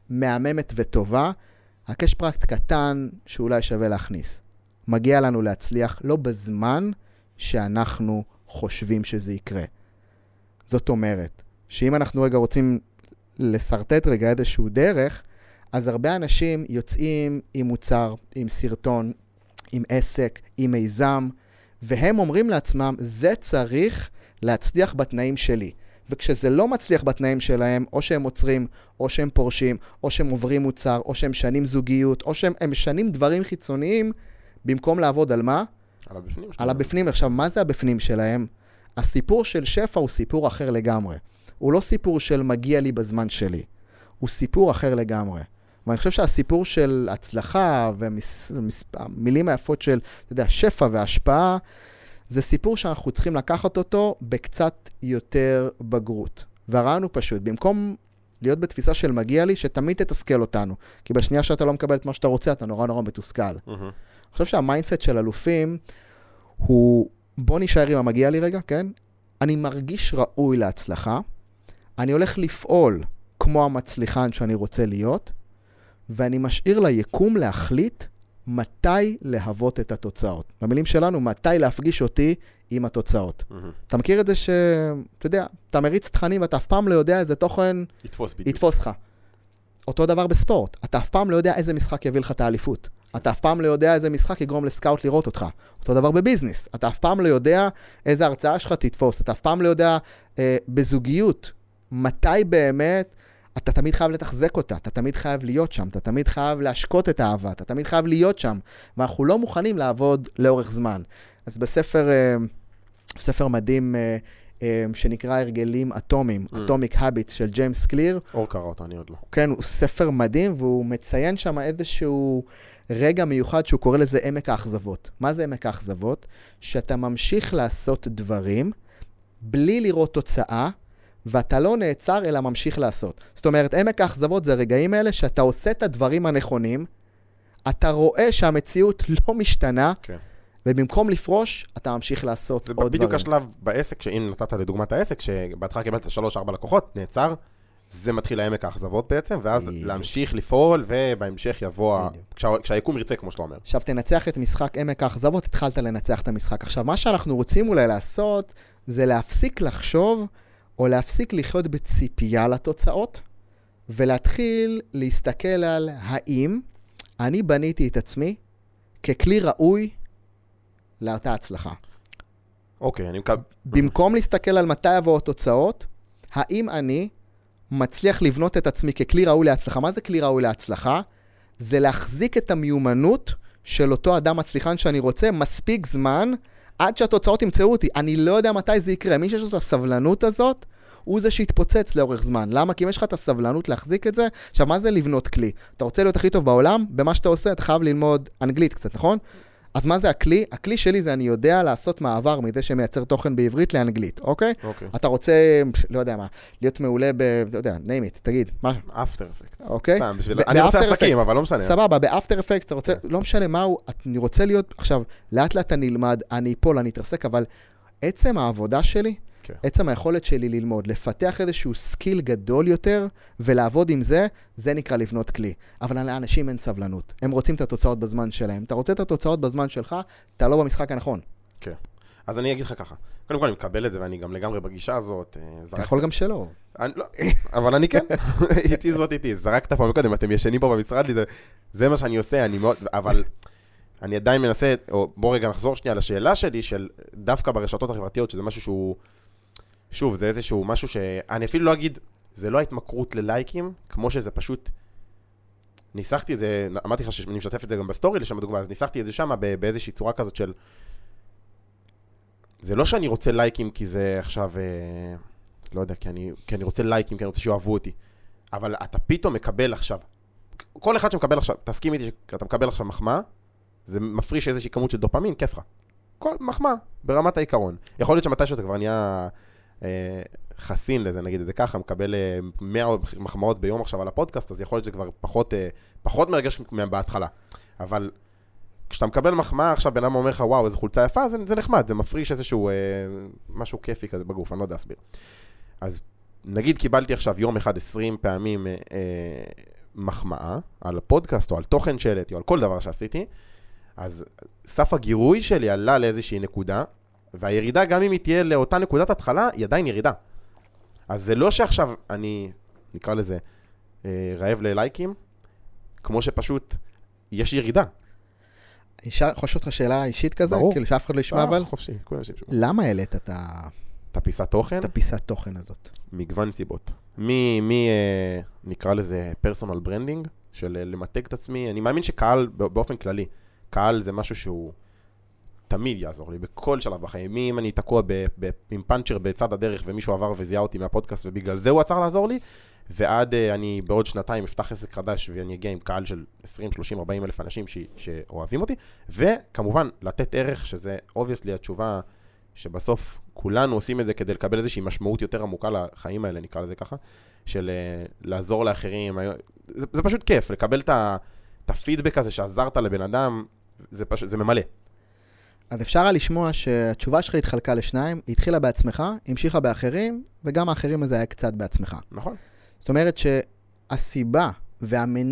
מהממת וטובה, רק יש פרקט קטן שאולי שווה להכניס. מגיע לנו להצליח לא בזמן שאנחנו חושבים שזה יקרה. זאת אומרת, שאם אנחנו רגע רוצים לסרטט רגע איזשהו דרך, אז הרבה אנשים יוצאים עם מוצר, עם סרטון, עם עסק, עם מיזם, והם אומרים לעצמם, זה צריך להצליח בתנאים שלי. וכשזה לא מצליח בתנאים שלהם, או שהם עוצרים, או שהם פורשים, או שהם עוברים מוצר, או שהם משנים זוגיות, או שהם משנים דברים חיצוניים, במקום לעבוד על מה? על הבפנים. על הבפנים. עכשיו, מה זה הבפנים שלהם? הסיפור של שפע הוא סיפור אחר לגמרי. הוא לא סיפור של מגיע לי בזמן שלי. הוא סיפור אחר לגמרי. ואני חושב שהסיפור של הצלחה והמילים היפות של, אתה יודע, שפע והשפעה, זה סיפור שאנחנו צריכים לקחת אותו בקצת יותר בגרות. והרעיון הוא פשוט, במקום להיות בתפיסה של מגיע לי, שתמיד תתסכל אותנו. כי בשנייה שאתה לא מקבל את מה שאתה רוצה, אתה נורא נורא מתוסכל. אני חושב שהמיינדסט של אלופים הוא, בוא נשאר עם המגיע לי רגע, כן? אני מרגיש ראוי להצלחה, אני הולך לפעול כמו המצליחן שאני רוצה להיות, ואני משאיר ליקום להחליט מתי להוות את התוצאות. במילים שלנו, מתי להפגיש אותי עם התוצאות. אתה מכיר את זה אתה יודע, אתה מריץ תכנים ואתה אף פעם לא יודע איזה תוכן יתפוס לך. אותו דבר בספורט. אתה אף פעם לא יודע איזה משחק יביא לך את האליפות. אתה אף פעם לא יודע איזה משחק יגרום לסקאוט לראות אותך. אותו דבר בביזנס. אתה אף פעם לא יודע איזה הרצאה שלך תתפוס. אתה אף פעם לא יודע בזוגיות. מתי באמת אתה תמיד חייב לתחזק אותה. אתה תמיד חייב להיות שם. אתה תמיד חייב להשקות את האהבה. אתה תמיד חייב להיות שם. ואנחנו לא מוכנים לעבוד לאורך זמן. אז בספר מדהים שנקרא הרגלים אטומיים, Atomic Habits של ג'יימס קליר. אור קרא אותה, אני עוד לא. כן, הוא ספר מדהים, והוא מציין שם איזשהו רגע מיוחד שהוא קורא לזה עמק האכזבות. מה זה עמק האכזבות? שאתה ממשיך לעשות דברים בלי לראות תוצאה, ואתה לא נעצר אלא ממשיך לעשות. זאת אומרת, עמק האכזבות זה הרגעים האלה שאתה עושה את הדברים הנכונים, אתה רואה שהמציאות לא משתנה, כן. ובמקום לפרוש, אתה ממשיך לעשות עוד דברים. זה בדיוק השלב בעסק, שאם נתת לדוגמת העסק, שבהתחלה קיבלת 3-4 לקוחות, נעצר, זה מתחיל העמק האכזבות בעצם, ואז להמשיך לפעול, ובהמשך יבוא, כשהיקום ירצה, כמו שאתה אומר. עכשיו, תנצח את משחק עמק האכזבות, התחלת לנצח את המשחק. עכשיו, מה שאנחנו רוצים אולי לעשות, זה להפסיק לחשוב, או להפסיק לחיות בציפייה לתוצאות, ולהתחיל להסתכל על האם אני בניתי את עצמי ככלי ראוי לאותה הצלחה. אוקיי, אני מקבל. במקום להסתכל על מתי יבואו התוצאות, האם אני מצליח לבנות את עצמי ככלי ראוי להצלחה? מה זה כלי ראוי להצלחה? זה להחזיק את המיומנות של אותו אדם מצליחן שאני רוצה, מספיק זמן, עד שהתוצאות ימצאו אותי. אני לא יודע מתי זה יקרה. מי שיש לו את הסבלנות הזאת, הוא זה שיתפוצץ לאורך זמן. למה? כי אם יש לך את הסבלנות להחזיק את זה, עכשיו, מה זה לבנות כלי? אתה רוצה להיות הכי טוב בעולם? במה שאתה עושה, אתה חייב ללמוד אנגלית קצת, נכון? אז מה זה הכלי? הכלי שלי זה אני יודע לעשות מעבר מזה שמייצר תוכן בעברית לאנגלית, אוקיי? אתה רוצה, לא יודע מה, להיות מעולה לא יודע, name it, תגיד, מה? After Effects. אוקיי? סתם, אני רוצה עסקים, אבל לא משנה. סבבה, ב-After Effects אתה רוצה, לא משנה מהו, אני רוצה להיות, עכשיו, לאט לאט אני אלמד, אני אפול, אני אתרסק, אבל עצם העבודה שלי, עצם היכולת שלי ללמוד, לפתח איזשהו סקיל גדול יותר, ולעבוד עם זה, זה נקרא לבנות כלי. אבל לאנשים אין סבלנות. הם רוצים את התוצאות בזמן שלהם. אתה רוצה את התוצאות בזמן שלך, אתה לא במשחק הנכון. כן. אז אני אגיד לך ככה. קודם כל אני מקבל את זה, ואני גם לגמרי בגישה הזאת. אתה יכול גם שלא. אבל אני כן. איתי זאת איתי. זרקת פה מקודם, אתם ישנים פה במשרד לי, זה מה שאני עושה, אני מאוד, אבל אני עדיין מנסה, או בוא רגע נחזור שנייה לשאלה שלי, של דווקא ברשתות החברתיות, שזה משהו שהוא שוב, זה איזשהו משהו שאני אפילו לא אגיד, זה לא ההתמכרות ללייקים, כמו שזה פשוט, ניסחתי את זה, אמרתי לך שאני משתף את זה גם בסטורי, לשם הדוגמה, אז ניסחתי את זה שם באיזושהי צורה כזאת של, זה לא שאני רוצה לייקים כי זה עכשיו, לא יודע, כי אני רוצה לייקים, כי אני רוצה שאוהבו אותי, אבל אתה פתאום מקבל עכשיו, כל אחד שמקבל עכשיו, תסכים איתי שאתה מקבל עכשיו מחמאה, זה מפריש איזושהי כמות של דופמין, כיף לך. כל מחמאה, ברמת העיקרון. יכול להיות שמתי שאתה כבר נהיה חסין לזה, נגיד את זה ככה, מקבל 100 מחמאות ביום עכשיו על הפודקאסט, אז יכול להיות שזה כבר פחות מרגש בהתחלה. אבל כשאתה מקבל מחמאה, עכשיו בן אדם אומר לך, וואו, איזו חולצה יפה, זה נחמד, זה מפריש איזשהו משהו כיפי כזה בגוף, אני לא יודע להסביר. אז נגיד קיבלתי עכשיו יום אחד 20 פעמים מחמאה על הפודקאסט, או על תוכן שלתי, או על כל דבר שעשיתי, אז סף הגירוי שלי עלה לאיזושהי נקודה, והירידה, גם אם היא תהיה לאותה נקודת התחלה, היא עדיין ירידה. אז זה לא שעכשיו אני, נקרא לזה, רעב ללייקים, כמו שפשוט יש ירידה. חושב אותך שאלה אישית כזה? ברור. כאילו שאף אחד לא ישמע, אבל? חופשי, כולם ישמע. למה העלית את הפיסת תוכן? את הפיסת תוכן הזאת. מגוון סיבות. נקרא לזה פרסונל ברנדינג, של למתג את עצמי. אני מאמין שקהל, באופן כללי, קהל זה משהו שהוא תמיד יעזור לי, בכל שלב בחיים. אם אני תקוע עם פאנצ'ר בצד הדרך, ומישהו עבר וזיהה אותי מהפודקאסט, ובגלל זה הוא עצר לעזור לי, ועד אני בעוד שנתיים אפתח עסק חדש, ואני אגיע עם קהל של 20, 30, 40 אלף אנשים שאוהבים אותי, וכמובן, לתת ערך, שזה obviously התשובה, שבסוף כולנו עושים את זה כדי לקבל איזושהי משמעות יותר עמוקה לחיים האלה, נקרא לזה ככה, של לעזור לאחרים. זה פשוט כיף, לקבל את הפידבק הזה שעזרת לבן אדם, זה ממלא. אז אפשר היה לשמוע שהתשובה שלך התחלקה לשניים, היא התחילה בעצמך, המשיכה באחרים, וגם האחרים הזה היה קצת בעצמך. נכון. זאת אומרת שהסיבה והמניע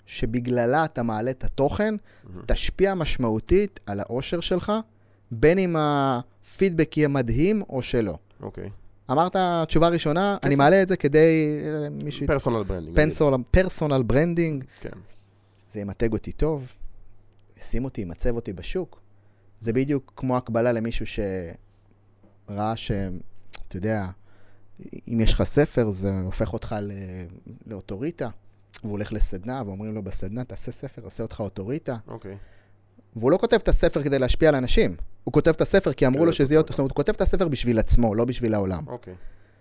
שבגללה אתה מעלה את התוכן, תשפיע משמעותית על האושר שלך, בין אם הפידבק יהיה מדהים או שלא. אוקיי. אמרת, תשובה ראשונה, אני מעלה את זה כדי... פרסונל ברנדינג. פרסונל ברנדינג. כן. זה ימתג אותי טוב, ישים אותי, ימצב אותי בשוק. זה בדיוק כמו הקבלה למישהו שראה אתה יודע, אם יש לך ספר, זה הופך אותך לאוטוריטה, והוא הולך לסדנה, ואומרים לו בסדנה, תעשה ספר, עשה אותך אוטוריטה. אוקיי. והוא לא כותב את הספר כדי להשפיע על אנשים. הוא כותב את הספר כי אמרו לו שזה יהיה... זאת אומרת, הוא כותב את הספר בשביל עצמו, לא בשביל העולם. אוקיי.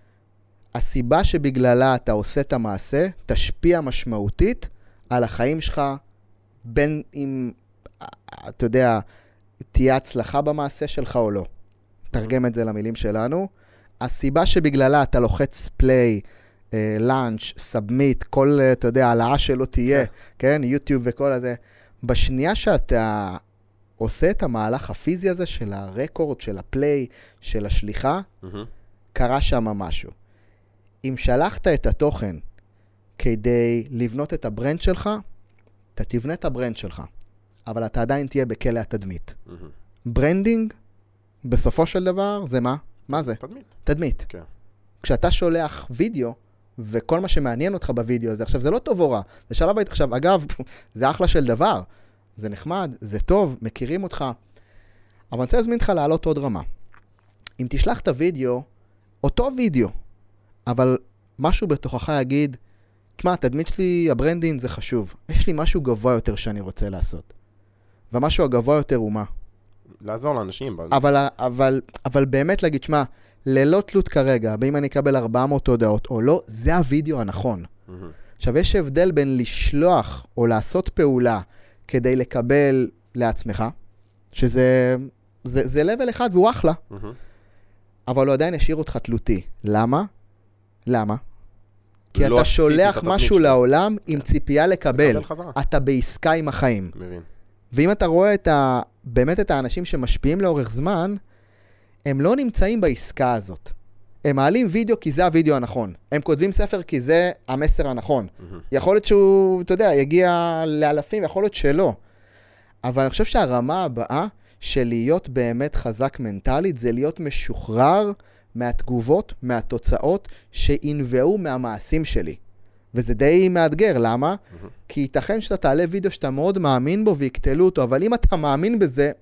הסיבה שבגללה אתה עושה את המעשה, תשפיע משמעותית על החיים שלך, בין אם, אתה יודע, תהיה הצלחה במעשה שלך או לא. תרגם את זה למילים שלנו. הסיבה שבגללה אתה לוחץ פליי, לאנץ', סאבמיט, כל, אתה יודע, העלאה שלא תהיה, כן? יוטיוב וכל הזה. בשנייה שאתה עושה את המהלך הפיזי הזה של הרקורד, של הפליי, של השליחה, קרה שם משהו. אם שלחת את התוכן כדי לבנות את הברנד שלך, אתה תבנה את הברנד שלך, אבל אתה עדיין תהיה בכלא התדמית. ברנדינג, בסופו של דבר, זה מה? מה זה? תדמית. תדמית. כן. כשאתה שולח וידאו, וכל מה שמעניין אותך בוידאו הזה, עכשיו זה לא טוב או רע, זה שלב היית עכשיו, אגב, זה אחלה של דבר, זה נחמד, זה טוב, מכירים אותך, אבל אני רוצה להזמין אותך לעלות עוד רמה. אם תשלח את הוידאו, אותו וידאו, אבל משהו בתוכך יגיד, תשמע, התדמית שלי, הברנדינג זה חשוב, יש לי משהו גבוה יותר שאני רוצה לעשות. ומשהו הגבוה יותר הוא מה? לעזור לאנשים. אבל באמת להגיד, שמה, ללא תלות כרגע, ואם אני אקבל 400 הודעות או לא, זה הוידאו הנכון. עכשיו, יש הבדל בין לשלוח או לעשות פעולה כדי לקבל לעצמך, שזה לבל אחד והוא אחלה, אבל הוא עדיין השאיר אותך תלותי. למה? למה? כי אתה שולח משהו לעולם עם ציפייה לקבל. אתה בעסקה עם החיים. מבין. ואם אתה רואה באמת את האנשים שמשפיעים לאורך זמן, הם לא נמצאים בעסקה הזאת. הם מעלים וידאו כי זה הוידאו הנכון. הם כותבים ספר כי זה המסר הנכון. יכול להיות שהוא, אתה יודע, יגיע לאלפים, יכול להיות שלא. אבל אני חושב שהרמה הבאה של להיות באמת חזק מנטלית, זה להיות משוחרר מהתגובות, מהתוצאות שינבעו מהמעשים שלי. וזה די מאתגר, למה? כי ייתכן שאתה תעלה וידאו שאתה מאוד מאמין בו ויקטלו אותו, אבל אם אתה מאמין בזה,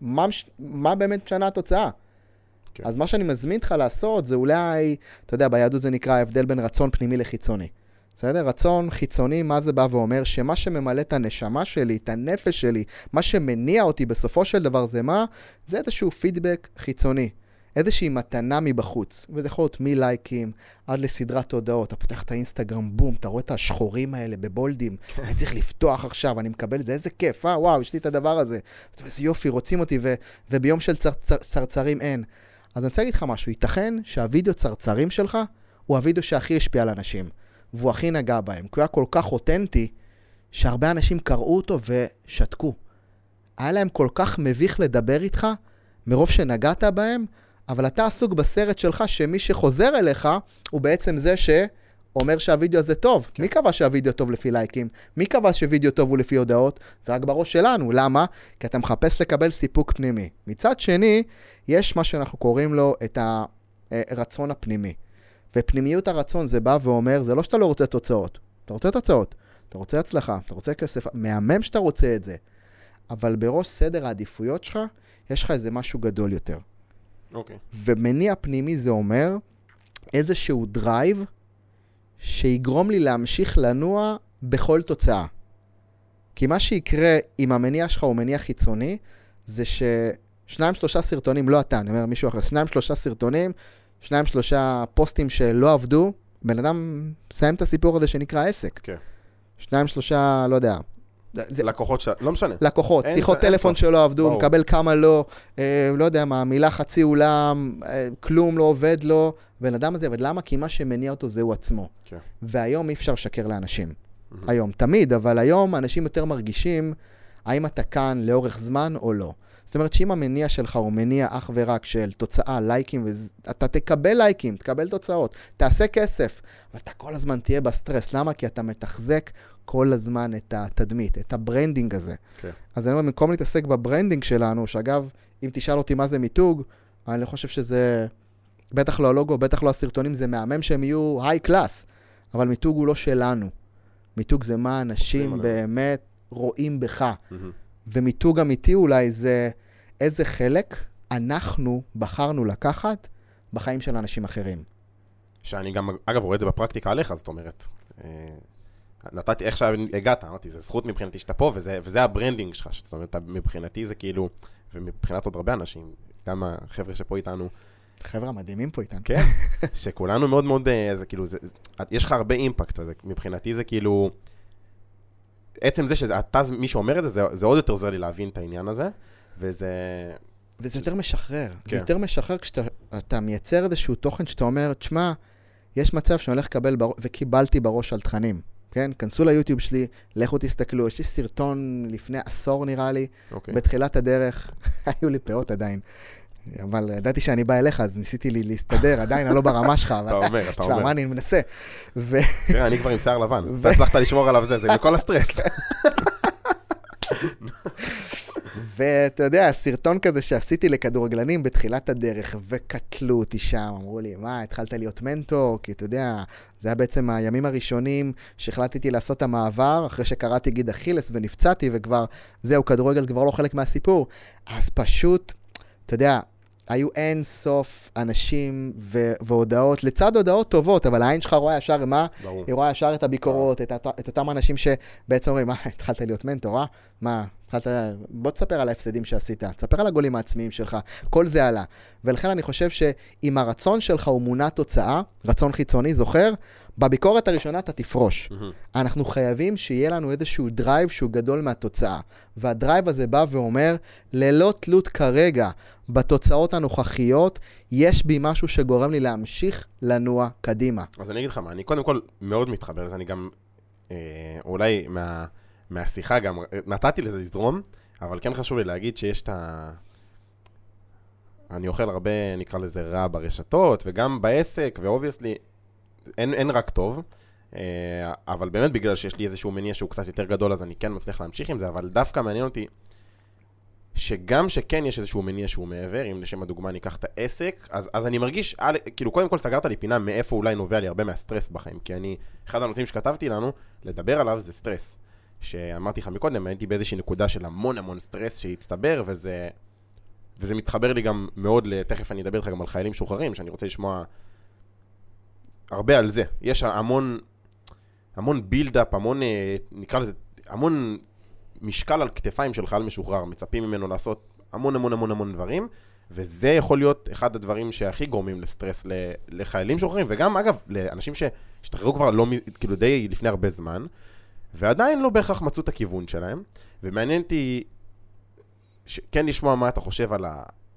מה באמת משנה התוצאה? כן. אז מה שאני מזמין אותך לעשות, זה אולי, אתה יודע, ביהדות זה נקרא ההבדל בין רצון פנימי לחיצוני. בסדר? רצון חיצוני, מה זה בא ואומר? שמה שממלא את הנשמה שלי, את הנפש שלי, מה שמניע אותי בסופו של דבר זה מה? זה איזשהו פידבק חיצוני. איזושהי מתנה מבחוץ, וזה יכול להיות מלייקים עד לסדרת הודעות, אתה פותח את האינסטגרם, בום, אתה רואה את השחורים האלה בבולדים, אני צריך לפתוח עכשיו, אני מקבל את זה, איזה כיף, וואו, יש לי את הדבר הזה, איזה יופי, רוצים אותי, וביום של צרצרים אין. אז אני רוצה להגיד לך משהו, ייתכן שהווידאו צרצרים שלך, הוא הווידאו שהכי השפיע על אנשים, והוא הכי נגע בהם, כי הוא היה כל כך אותנטי, שהרבה אנשים קראו אותו ושתקו. היה להם כל כך מביך לדבר איתך, מרוב שנגעת בהם, אבל אתה עסוק בסרט שלך שמי שחוזר אליך הוא בעצם זה שאומר שהווידאו הזה טוב. כן. מי קבע שהווידאו טוב לפי לייקים? מי קבע שווידאו טוב הוא לפי הודעות? זה רק בראש שלנו. למה? כי אתה מחפש לקבל סיפוק פנימי. מצד שני, יש מה שאנחנו קוראים לו את הרצון הפנימי. ופנימיות הרצון זה בא ואומר, זה לא שאתה לא רוצה תוצאות. אתה רוצה תוצאות. אתה רוצה הצלחה. אתה רוצה כסף. מהמם שאתה רוצה את זה. אבל בראש סדר העדיפויות שלך, יש לך איזה משהו גדול יותר. אוקיי. ומניע פנימי זה אומר איזשהו דרייב שיגרום לי להמשיך לנוע בכל תוצאה. כי מה שיקרה אם המניע שלך הוא מניע חיצוני, זה ששניים שלושה סרטונים, לא אתה, אני אומר מישהו אחר, שניים שלושה סרטונים, שניים שלושה פוסטים שלא עבדו, בן אדם סיים את הסיפור הזה שנקרא עסק. כן. שניים שלושה, לא יודע, לקוחות, לא משנה. לקוחות, שיחות טלפון שלא עבדו, מקבל כמה לא, לא יודע מה, מילה חצי אולם, כלום לא עובד לו, בן אדם הזה, ולמה? כי מה שמניע אותו זהו עצמו. והיום אי אפשר לשקר לאנשים. היום, תמיד, אבל היום אנשים יותר מרגישים, האם אתה כאן לאורך זמן או לא. זאת אומרת שאם המניע שלך הוא מניע אך ורק של תוצאה, לייקים, אתה תקבל לייקים, תקבל תוצאות, תעשה כסף, ואתה כל הזמן תהיה בסטרס. למה? כי אתה מתחזק כל הזמן את התדמית, את הברנדינג הזה. Okay. אז אני אומר, במקום להתעסק בברנדינג שלנו, שאגב, אם תשאל אותי מה זה מיתוג, אני לא חושב שזה, בטח לא הלוגו, בטח לא הסרטונים, זה מהמם שהם יהיו היי קלאס, אבל מיתוג הוא לא שלנו. מיתוג זה מה אנשים באמת רואים בך. ומיתוג אמיתי אולי זה איזה חלק אנחנו בחרנו לקחת בחיים של אנשים אחרים. שאני גם, אגב, רואה את זה בפרקטיקה עליך, זאת אומרת. נתתי איך שהגעת, אמרתי, זה זכות מבחינתי שאתה פה, וזה הברנדינג שלך. זאת אומרת, מבחינתי זה כאילו, ומבחינת עוד הרבה אנשים, גם החבר'ה שפה איתנו. חבר'ה מדהימים פה איתנו. כן, שכולנו מאוד מאוד, זה כאילו, יש לך הרבה אימפקט, מבחינתי זה כאילו, עצם זה שאתה, מי שאומר את זה, זה עוד יותר עוזר לי להבין את העניין הזה, וזה יותר משחרר. כן. זה יותר משחרר כשאתה מייצר איזשהו תוכן שאתה אומר, תשמע, יש מצב שאני הולך לקבל וקיבלתי בראש על תכנים. כן? כנסו ליוטיוב שלי, לכו תסתכלו. יש לי סרטון לפני עשור נראה לי, בתחילת הדרך. היו לי פאות עדיין. אבל ידעתי שאני בא אליך, אז ניסיתי לי להסתדר, עדיין אני לא ברמה שלך. אתה אומר. תשמע, מה אני מנסה? תראה, אני כבר עם שיער לבן. אתה הצלחת לשמור עליו זה בכל הסטרס. ואתה יודע, הסרטון כזה שעשיתי לכדורגלנים בתחילת הדרך, וקטלו אותי שם, אמרו לי, מה, התחלת להיות מנטור? כי אתה יודע, זה היה בעצם הימים הראשונים שהחלטתי לעשות את המעבר, אחרי שקראתי גיד אכילס ונפצעתי, וכבר, זהו, כדורגל כבר לא חלק מהסיפור. אז פשוט, אתה יודע, היו אין סוף אנשים והודעות, לצד הודעות טובות, אבל העין שלך רואה ישר מה? היא רואה ישר את הביקורות, את אותם אנשים שבעצם אומרים, מה, התחלת להיות מנטור, מה, בוא תספר על ההפסדים שעשית, תספר על הגולים העצמיים שלך, כל זה עלה. ולכן אני חושב שאם הרצון שלך הוא מונע תוצאה, רצון חיצוני, זוכר, בביקורת הראשונה אתה תפרוש. אנחנו חייבים שיהיה לנו איזשהו דרייב שהוא גדול מהתוצאה. והדרייב הזה בא ואומר, ללא תלות כרגע בתוצאות הנוכחיות, יש בי משהו שגורם לי להמשיך לנוע קדימה. אז אני אגיד לך מה, אני קודם כל מאוד מתחבר לזה, אני גם, אולי מהשיחה גם, נתתי לזה לזרום, אבל כן חשוב לי להגיד שיש את אני אוכל הרבה, נקרא לזה רע ברשתות, וגם בעסק, ואובייסלי, אין רק טוב, אבל באמת בגלל שיש לי איזשהו מניע שהוא קצת יותר גדול, אז אני כן מצליח להמשיך עם זה, אבל דווקא מעניין אותי, שגם שכן יש איזשהו מניע שהוא מעבר, אם לשם הדוגמה ניקח את העסק, אז אני מרגיש, כאילו קודם כל סגרת לי פינה מאיפה אולי נובע לי הרבה מהסטרס בחיים, כי אחד הנושאים שכתבתי לנו, לדבר עליו זה סטרס. שאמרתי לך מקודם, הייתי באיזושהי נקודה של המון סטרס שהצטבר, וזה מתחבר לי גם מאוד, תכף אני אדבר לך גם על חיילים שוחררים, שאני רוצה לשמוע הרבה על זה. יש המון בילדאפ, נקרא לזה, המון משקל על כתפיים של חייל משוחרר, מצפים ממנו לעשות המון דברים, וזה יכול להיות אחד הדברים שהכי גורמים לסטרס לחיילים שוחררים, וגם אגב, לאנשים שהשתחררו כבר לא, כאילו די לפני הרבה זמן, ועדיין לא בהכרח מצאו את הכיוון שלהם, ומעניין אותי כן לשמוע מה אתה חושב על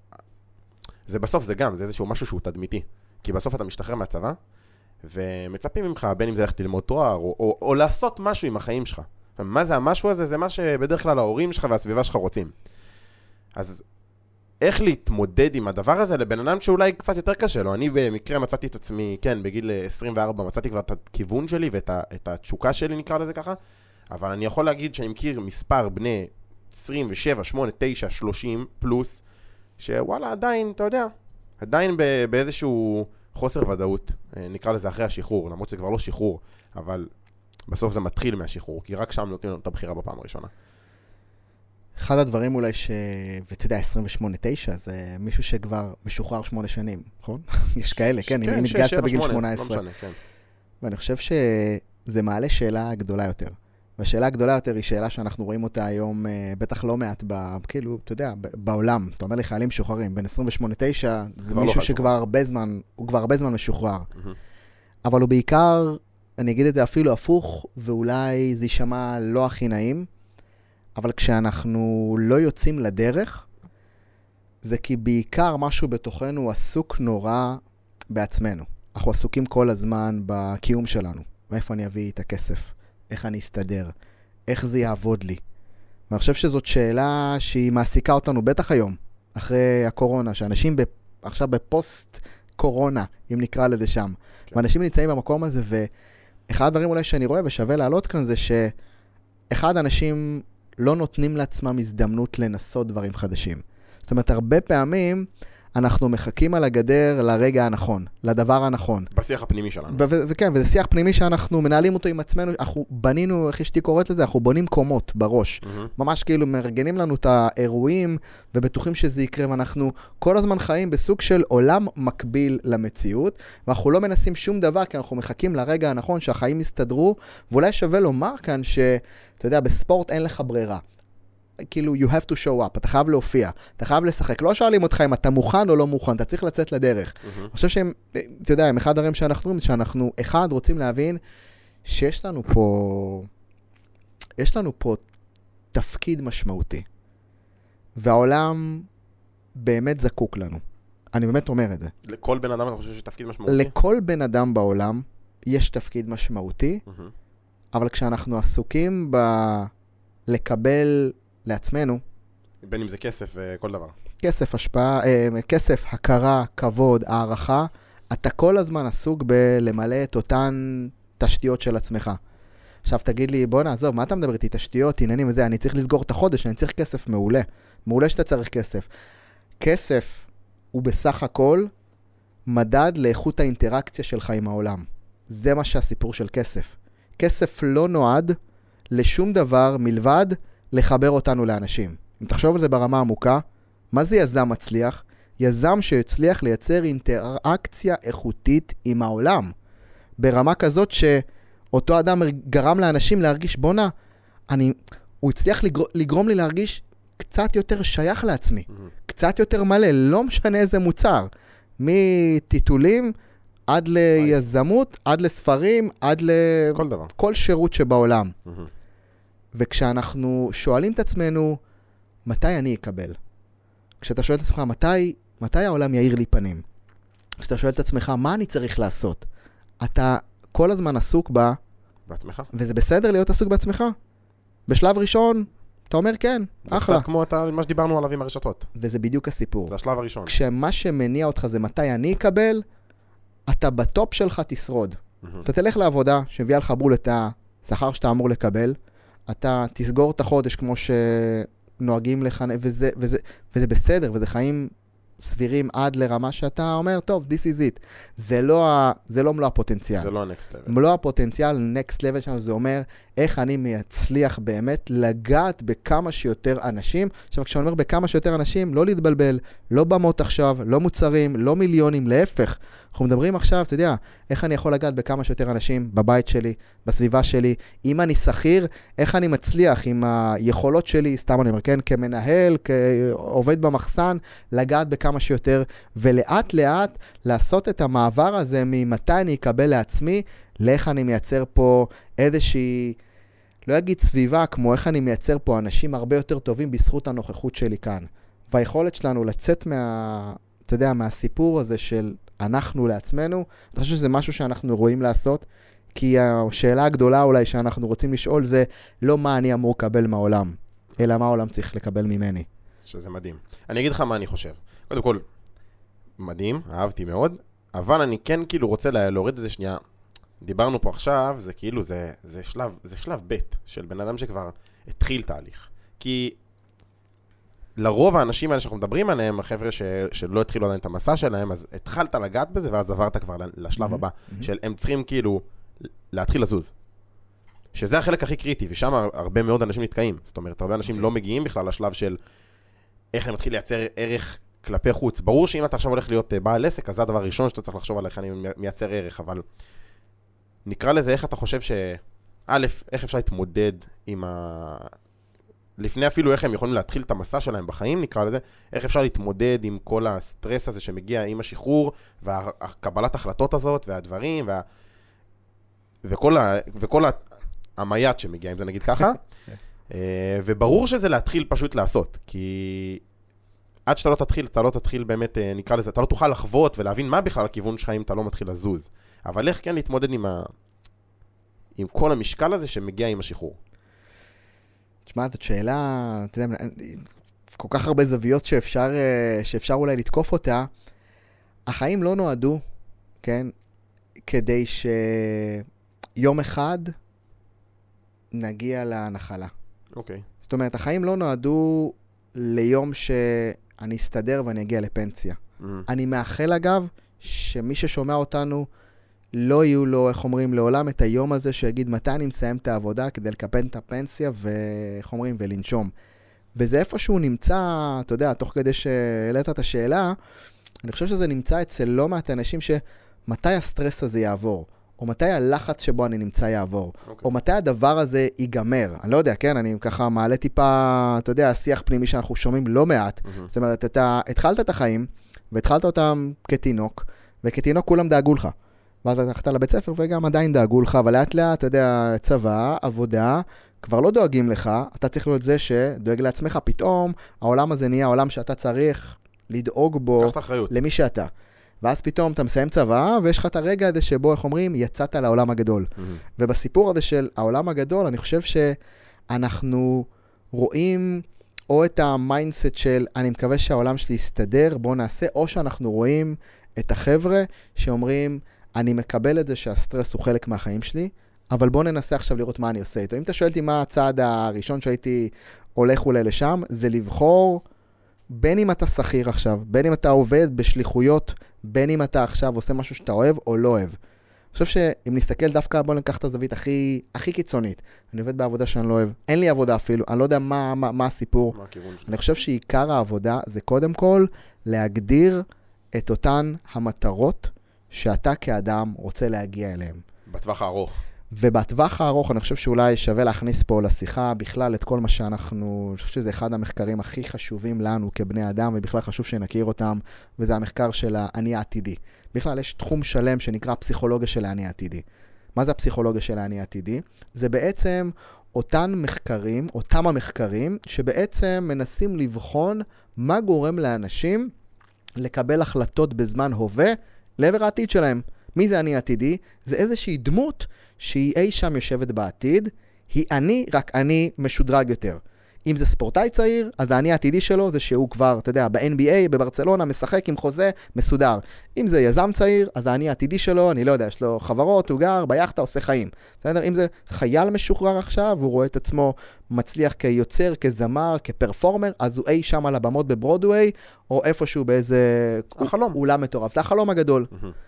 זה בסוף זה איזשהו משהו שהוא תדמיתי, כי בסוף אתה משתחרר מהצבא, ומצפים ממך, בין אם זה ללכת ללמוד תואר, או לעשות משהו עם החיים שלך. מה זה המשהו הזה? זה מה שבדרך כלל ההורים שלך והסביבה שלך רוצים. אז איך להתמודד עם הדבר הזה לבן אדם שאולי קצת יותר קשה לו? אני במקרה מצאתי את עצמי, כן, בגיל 24, מצאתי כבר את הכיוון שלי ואת התשוקה שלי, נקרא לזה ככה, אבל אני יכול להגיד שאני מכיר מספר בני 27, 8, 9, 30 פלוס, שוואלה, עדיין, אתה יודע, עדיין באיזשהו חוסר ודאות, נקרא לזה אחרי השחרור, למרות שזה כבר לא שחרור, אבל בסוף זה מתחיל מהשחרור, כי רק שם נותנים לנו את הבחירה בפעם הראשונה. אחד הדברים אולי ואתה יודע, 28-9, זה מישהו שכבר משוחרר 8 שנים, נכון? יש כאלה, כן, אם התגייסת בגיל 18. לא משנה, כן. ואני חושב שזה מעלה שאלה גדולה יותר. והשאלה הגדולה יותר היא שאלה שאנחנו רואים אותה היום, בטח לא מעט, כאילו, אתה יודע, בעולם. אתה אומר לי חיילים משוחררים, בין 28-9, זה מישהו שכבר הרבה זמן, הוא כבר הרבה זמן משוחרר. אבל הוא בעיקר, אני אגיד את זה אפילו הפוך, ואולי זה יישמע לא הכי נעים, אבל כשאנחנו לא יוצאים לדרך, זה כי בעיקר משהו בתוכנו עסוק נורא בעצמנו. אנחנו עסוקים כל הזמן בקיום שלנו. מאיפה אני אביא את הכסף? איך אני אסתדר? איך זה יעבוד לי? ואני חושב שזאת שאלה שהיא מעסיקה אותנו בטח היום, אחרי הקורונה, שאנשים עכשיו בפוסט קורונה, אם נקרא לזה שם. כן. ואנשים נמצאים במקום הזה, ואחד הדברים אולי שאני רואה ושווה לעלות כאן זה שאחד, אנשים לא נותנים לעצמם הזדמנות לנסות דברים חדשים. זאת אומרת, הרבה פעמים אנחנו מחכים על הגדר לרגע הנכון, לדבר הנכון. בשיח הפנימי שלנו. וכן, וזה שיח פנימי שאנחנו מנהלים אותו עם עצמנו, אנחנו בנינו, איך אשתי קוראת לזה, אנחנו בונים קומות בראש. ממש כאילו מארגנים לנו את האירועים, ובטוחים שזה יקרה, ואנחנו כל הזמן חיים בסוג של עולם מקביל למציאות, ואנחנו לא מנסים שום דבר, כי אנחנו מחכים לרגע הנכון שהחיים יסתדרו, ואולי שווה לומר כאן אתה יודע, בספורט אין לך ברירה. כאילו, you have to show up, אתה חייב להופיע, אתה חייב לשחק. לא שואלים אותך אם אתה מוכן או לא מוכן, אתה צריך לצאת לדרך. אני חושב שהם, אתה יודע, הם אחד הדברים שאנחנו רואים, שאנחנו, אחד, רוצים להבין שיש לנו פה תפקיד משמעותי. והעולם באמת זקוק לנו. אני באמת אומר את זה. לכל בן אדם אתה חושב שתפקיד משמעותי? לכל בן אדם בעולם יש תפקיד משמעותי, אבל כשאנחנו עסוקים לקבל לעצמנו, בין אם זה כסף וכל דבר. כסף, השפעה, כסף, הכרה, כבוד, הערכה, אתה כל הזמן עסוק בלמלא את אותן תשתיות של עצמך. עכשיו תגיד לי, בוא נעזוב, מה אתה מדבר איתי? תשתיות, עניינים וזה, אני צריך לסגור את החודש, אני צריך כסף מעולה. מעולה שאתה צריך כסף. כסף הוא בסך הכל מדד לאיכות האינטראקציה שלך עם העולם. זה מה שהסיפור של כסף. כסף לא נועד לשום דבר מלבד לחבר אותנו לאנשים. אם תחשוב על זה ברמה עמוקה, מה זה יזם מצליח? יזם שהצליח לייצר אינטראקציה איכותית עם העולם. ברמה כזאת שאותו אדם גרם לאנשים להרגיש, בונה, הוא הצליח לגרום לי להרגיש קצת יותר שייך לעצמי. קצת יותר מלא, לא משנה איזה מוצר. מטיטולים עד ליזמות, עד לספרים, עד לכל שירות שבעולם. וכשאנחנו שואלים את עצמנו, מתי אני אקבל? כשאתה שואל את עצמך, מתי העולם יאיר לי פנים? כשאתה שואל את עצמך, מה אני צריך לעשות? אתה כל הזמן עסוק בעצמך. וזה בסדר להיות עסוק בעצמך. בשלב ראשון, אתה אומר כן, זה אחלה. זה קצת כמו מה שדיברנו עליו עם הרשתות. וזה בדיוק הסיפור. זה השלב הראשון. כשמה שמניע אותך זה מתי אני אקבל, אתה בטופ שלך תשרוד. אתה תלך לעבודה שהביאה לך בול את השכר שאתה אמור לקבל, אתה תסגור את החודש כמו שנוהגים לך, וזה בסדר, וזה חיים סבירים עד לרמה שאתה אומר, טוב, this is it. זה לא מלוא הפוטנציאל. זה לא ה-next level. מלוא הפוטנציאל, next level שלנו, זה אומר איך אני מצליח באמת לגעת בכמה שיותר אנשים. עכשיו, כשאני אומר בכמה שיותר אנשים, לא להתבלבל, לא במות עכשיו, לא מוצרים, לא מיליונים, להפך. אנחנו מדברים עכשיו, אתה יודע, איך אני יכול לגעת בכמה שיותר אנשים בבית שלי, בסביבה שלי, אם אני שכיר, איך אני מצליח עם היכולות שלי, סתם אני אומר, כן, כמנהל, כעובד במחסן, לגעת בכמה שיותר, ולאט לאט לעשות את המעבר הזה ממתי אני אקבל לעצמי, לאיך אני מייצר פה איזושהי, לא אגיד סביבה, כמו איך אני מייצר פה אנשים הרבה יותר טובים בזכות הנוכחות שלי כאן. והיכולת שלנו לצאת אתה יודע, מהסיפור הזה של אנחנו לעצמנו, אני חושב שזה משהו שאנחנו רואים לעשות, כי השאלה הגדולה אולי שאנחנו רוצים לשאול זה לא מה אני אמור לקבל מהעולם, אלא מה העולם צריך לקבל ממני. שזה מדהים. אני אגיד לך מה אני חושב. קודם כל, מדהים, אהבתי מאוד, אבל אני כן כאילו רוצה להוריד את זה שנייה. דיברנו פה עכשיו, זה כאילו, זה שלב ב' של בן אדם שכבר התחיל תהליך. כי לרוב האנשים האלה שאנחנו מדברים עליהם, החבר'ה שלא התחילו עדיין את המסע שלהם, אז התחלת לגעת בזה, ואז עברת כבר לשלב הבא, של הם צריכים כאילו להתחיל לזוז. שזה החלק הכי קריטי, ושם הרבה מאוד אנשים נתקעים. זאת אומרת, הרבה אנשים לא מגיעים בכלל לשלב של איך אני מתחיל לייצר ערך כלפי חוץ. ברור שאם אתה עכשיו הולך להיות בעל עסק, אז זה הדבר הראשון שאתה צריך לחשוב על איך אני מייצר ערך, אבל נקרא לזה איך אתה חושב איך אפשר להתמודד עם לפני אפילו איך הם יכולים להתחיל את המסע שלהם בחיים, נקרא לזה, איך אפשר להתמודד עם כל הסטרס הזה שמגיע עם השחרור, והקבלת החלטות הזאת, והדברים, וכל המייט שמגיע, אם זה נגיד ככה. וברור שזה להתחיל פשוט לעשות, כי עד שאתה לא תתחיל באמת, נקרא לזה, אתה לא תוכל לחוות ולהבין מה בכלל הכיוון שלך אם אתה לא מתחיל לזוז. אבל איך כן להתמודד עם כל המשקל הזה שמגיע עם השחרור? תשמע, זאת שאלה, אתה יודע, כל כך הרבה זוויות שאפשר אולי לתקוף אותה. החיים לא נועדו, כן, כדי שיום אחד נגיע לנחלה. אוקיי. זאת אומרת, החיים לא נועדו ליום שאני אסתדר ואני אגיע לפנסיה. אני מאחל, אגב, שמי ששומע אותנו, לא יהיו לו, איך אומרים, לעולם את היום הזה שיגיד מתי אני מסיים את העבודה כדי לקפן את הפנסיה ואיך אומרים, ולנשום. וזה איפשהו נמצא, אתה יודע, תוך כדי שהעלית את השאלה, אני חושב שזה נמצא אצל לא מעט אנשים שמתי הסטרס הזה יעבור, או מתי הלחץ שבו אני נמצא יעבור, או מתי הדבר הזה ייגמר. אני לא יודע, כן, אני ככה מעלה טיפה, אתה יודע, שיח פנימי שאנחנו שומעים לא מעט. זאת אומרת, אתה התחלת את החיים, והתחלת אותם כתינוק, וכתינוק כולם דאגו לך. ואז אתה הלכת לבית ספר וגם עדיין דאגו לך, אבל לאט לאט, אתה יודע, צבא, עבודה, כבר לא דואגים לך, אתה צריך להיות זה שדואג לעצמך. פתאום העולם הזה נהיה העולם שאתה צריך לדאוג בו למי שאתה. ואז פתאום אתה מסיים צבא, ויש לך את הרגע הזה שבו, איך אומרים, יצאת לעולם הגדול. ובסיפור הזה של העולם הגדול, אני חושב שאנחנו רואים או את המיינדסט של אני מקווה שהעולם שלי יסתדר, בוא נעשה, או שאנחנו רואים את החבר'ה שאומרים, אני מקבל את זה שהסטרס הוא חלק מהחיים שלי, אבל בוא ננסה עכשיו לראות מה אני עושה איתו. אם אתה שואל אותי מה הצעד הראשון שהייתי הולך אולי לשם, זה לבחור בין אם אתה שכיר עכשיו, בין אם אתה עובד בשליחויות, בין אם אתה עכשיו עושה משהו שאתה אוהב או לא אוהב. אני חושב שאם נסתכל דווקא, בוא ניקח את הזווית הכי קיצונית. אני עובד בעבודה שאני לא אוהב. אין לי עבודה אפילו, אני לא יודע מה הסיפור. אני חושב שעיקר העבודה זה קודם כל להגדיר את אותן המטרות שאתה כאדם רוצה להגיע אליהן. בטווח הארוך. ובטווח הארוך אני חושב שאולי שווה להכניס פה לשיחה בכלל את כל מה שאנחנו, אני חושב שזה אחד המחקרים הכי חשובים לנו כבני אדם, ובכלל חשוב שנכיר אותם, וזה המחקר של האני העתידי. בכלל יש תחום שלם שנקרא פסיכולוגיה של האני העתידי. מה זה הפסיכולוגיה של האני העתידי? זה בעצם אותם המחקרים שבעצם מנסים לבחון מה גורם לאנשים לקבל החלטות בזמן הווה לעבר העתיד שלהם. מי זה אני העתידי? זה איזושהי דמות שהיא אי שם יושבת בעתיד, היא אני, רק אני משודרג יותר. אם זה ספורטאי צעיר, אז האני העתידי שלו זה שהוא כבר, אתה יודע, ב-NBA, בברצלונה, משחק עם חוזה, מסודר. אם זה יזם צעיר, אז האני העתידי שלו, אני לא יודע, יש לו חברות, הוא גר, ביחטה, עושה חיים. בסדר? אם זה חייל משוחרר עכשיו, הוא רואה את עצמו מצליח כיוצר, כזמר, כפרפורמר, אז הוא אי שם על הבמות בברודווי, או איפשהו באיזה אולם מטורף. זה החלום הגדול.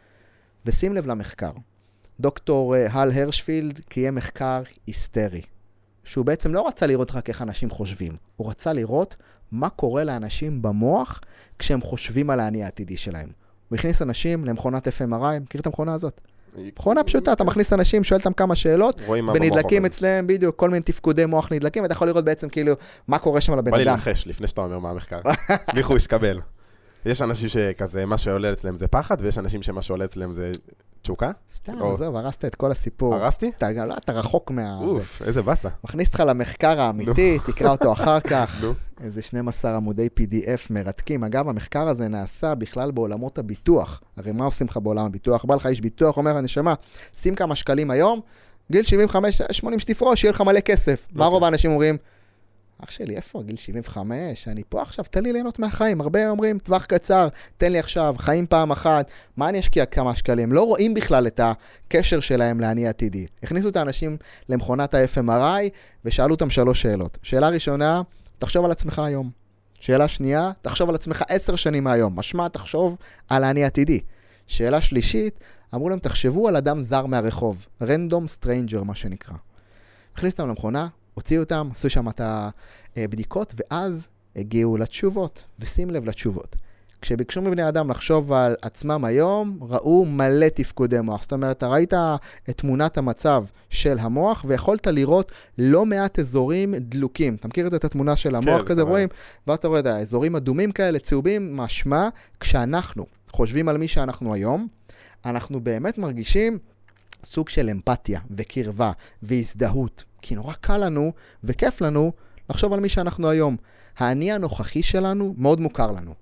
ושים לב למחקר. דוקטור הל הרשפילד קיים מחקר היסטרי, שהוא בעצם לא רצה לראות רק איך אנשים חושבים, הוא רצה לראות מה קורה לאנשים במוח כשהם חושבים על האני העתידי שלהם. הוא הכניס אנשים למכונת FMRI, מכיר את המכונה הזאת? מכונה פשוטה, אתה מכניס אנשים, שואל אותם כמה שאלות, ונדלקים אצלם בדיוק, כל מיני תפקודי מוח נדלקים, ואתה יכול לראות בעצם כאילו מה קורה שם לבן אדם. בא לי לנחש, לפני שאתה אומר מה המחקר. ניחוש, קבל. יש אנשים שכזה, מה שעולה אצלם זה פחד, ויש אנשים שמה שעולה אצלם זה תשוקה? סתם, עזוב, הרסת את כל הסיפור. הרסתי? אתה רחוק מה... אוף, איזה בסה. מכניס אותך למחקר האמיתי, תקרא אותו אחר כך. איזה 12 עמודי PDF מרתקים. אגב, המחקר הזה נעשה בכלל בעולמות הביטוח. הרי מה עושים לך בעולם הביטוח? בא לך איש ביטוח, אומר, אני שומע, שים כמה שקלים היום, גיל 75-80 שתפרוש, שיהיה לך מלא כסף. מה רוב האנשים אומרים? אח שלי, איפה? גיל 75, אני פה עכשיו, תן לי ליהנות מהחיים. הרבה אומרים, טווח קצר, תן לי עכשיו, חיים פעם אחת, מה אני אשקיע כמה שקלים? לא רואים בכלל את הקשר שלהם לאני עתידי. הכניסו את האנשים למכונת ה-FMRI, ושאלו אותם 3 שאלות. שאלה ראשונה, תחשוב על עצמך היום. שאלה שנייה, תחשוב על עצמך 10 שנים מהיום. משמע, תחשוב על האני עתידי. שאלה שלישית, אמרו להם, תחשבו על אדם זר מהרחוב. random stranger, מה שנקרא. הכניסו אותם למכונה, הוציאו אותם, עשו שם את הבדיקות, ואז הגיעו לתשובות, ושים לב לתשובות. כשביקשו מבני אדם לחשוב על עצמם היום, ראו מלא תפקודי מוח. זאת אומרת, אתה ראית את תמונת המצב של המוח, ויכולת לראות לא מעט אזורים דלוקים. אתה מכיר את התמונה של המוח כזה, רואים? ואתה רואה את האזורים אדומים כאלה, צהובים, משמע, כשאנחנו חושבים על מי שאנחנו היום, אנחנו באמת מרגישים סוג של אמפתיה וקרבה והזדהות. כי נורא קל לנו וכיף לנו לחשוב על מי שאנחנו היום. האני הנוכחי שלנו מאוד מוכר לנו.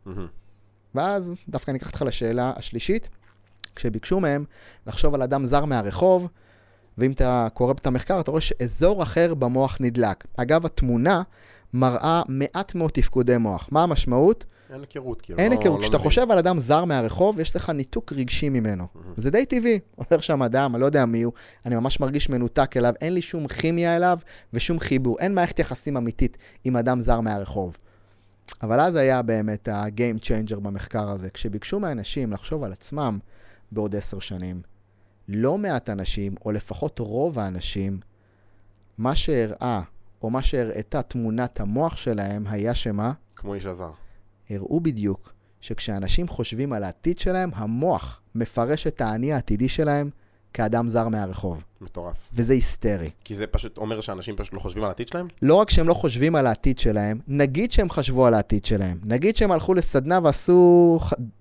ואז דווקא אני אקח אותך לשאלה השלישית. כשביקשו מהם לחשוב על אדם זר מהרחוב, ואם אתה קורא את המחקר, אתה רואה שאזור אחר במוח נדלק. אגב, התמונה מראה מעט מאוד תפקודי מוח. מה המשמעות? אין היכרות, כאילו. אין היכרות. כשאתה חושב על אדם זר מהרחוב, יש לך ניתוק רגשי ממנו. זה די טבעי. אומר שם אדם, אני לא יודע מי הוא, אני ממש מרגיש מנותק אליו, אין לי שום כימיה אליו ושום חיבור. אין מערכת יחסים אמיתית עם אדם זר מהרחוב. אבל אז היה באמת ה-game changer במחקר הזה. כשביקשו מהאנשים לחשוב על עצמם בעוד 10 שנים, לא מעט אנשים, או לפחות רוב האנשים, מה שהראה, או מה שהראתה תמונת המוח שלהם, היה שמה? כמו איש הזר. הראו בדיוק שכשאנשים חושבים על העתיד שלהם, המוח מפרש את האני העתידי שלהם כאדם זר מהרחוב. מטורף. וזה היסטרי. כי זה פשוט אומר שאנשים פשוט לא חושבים על העתיד שלהם? לא רק שהם לא חושבים על העתיד שלהם, נגיד שהם חשבו על העתיד שלהם. נגיד שהם הלכו לסדנה ועשו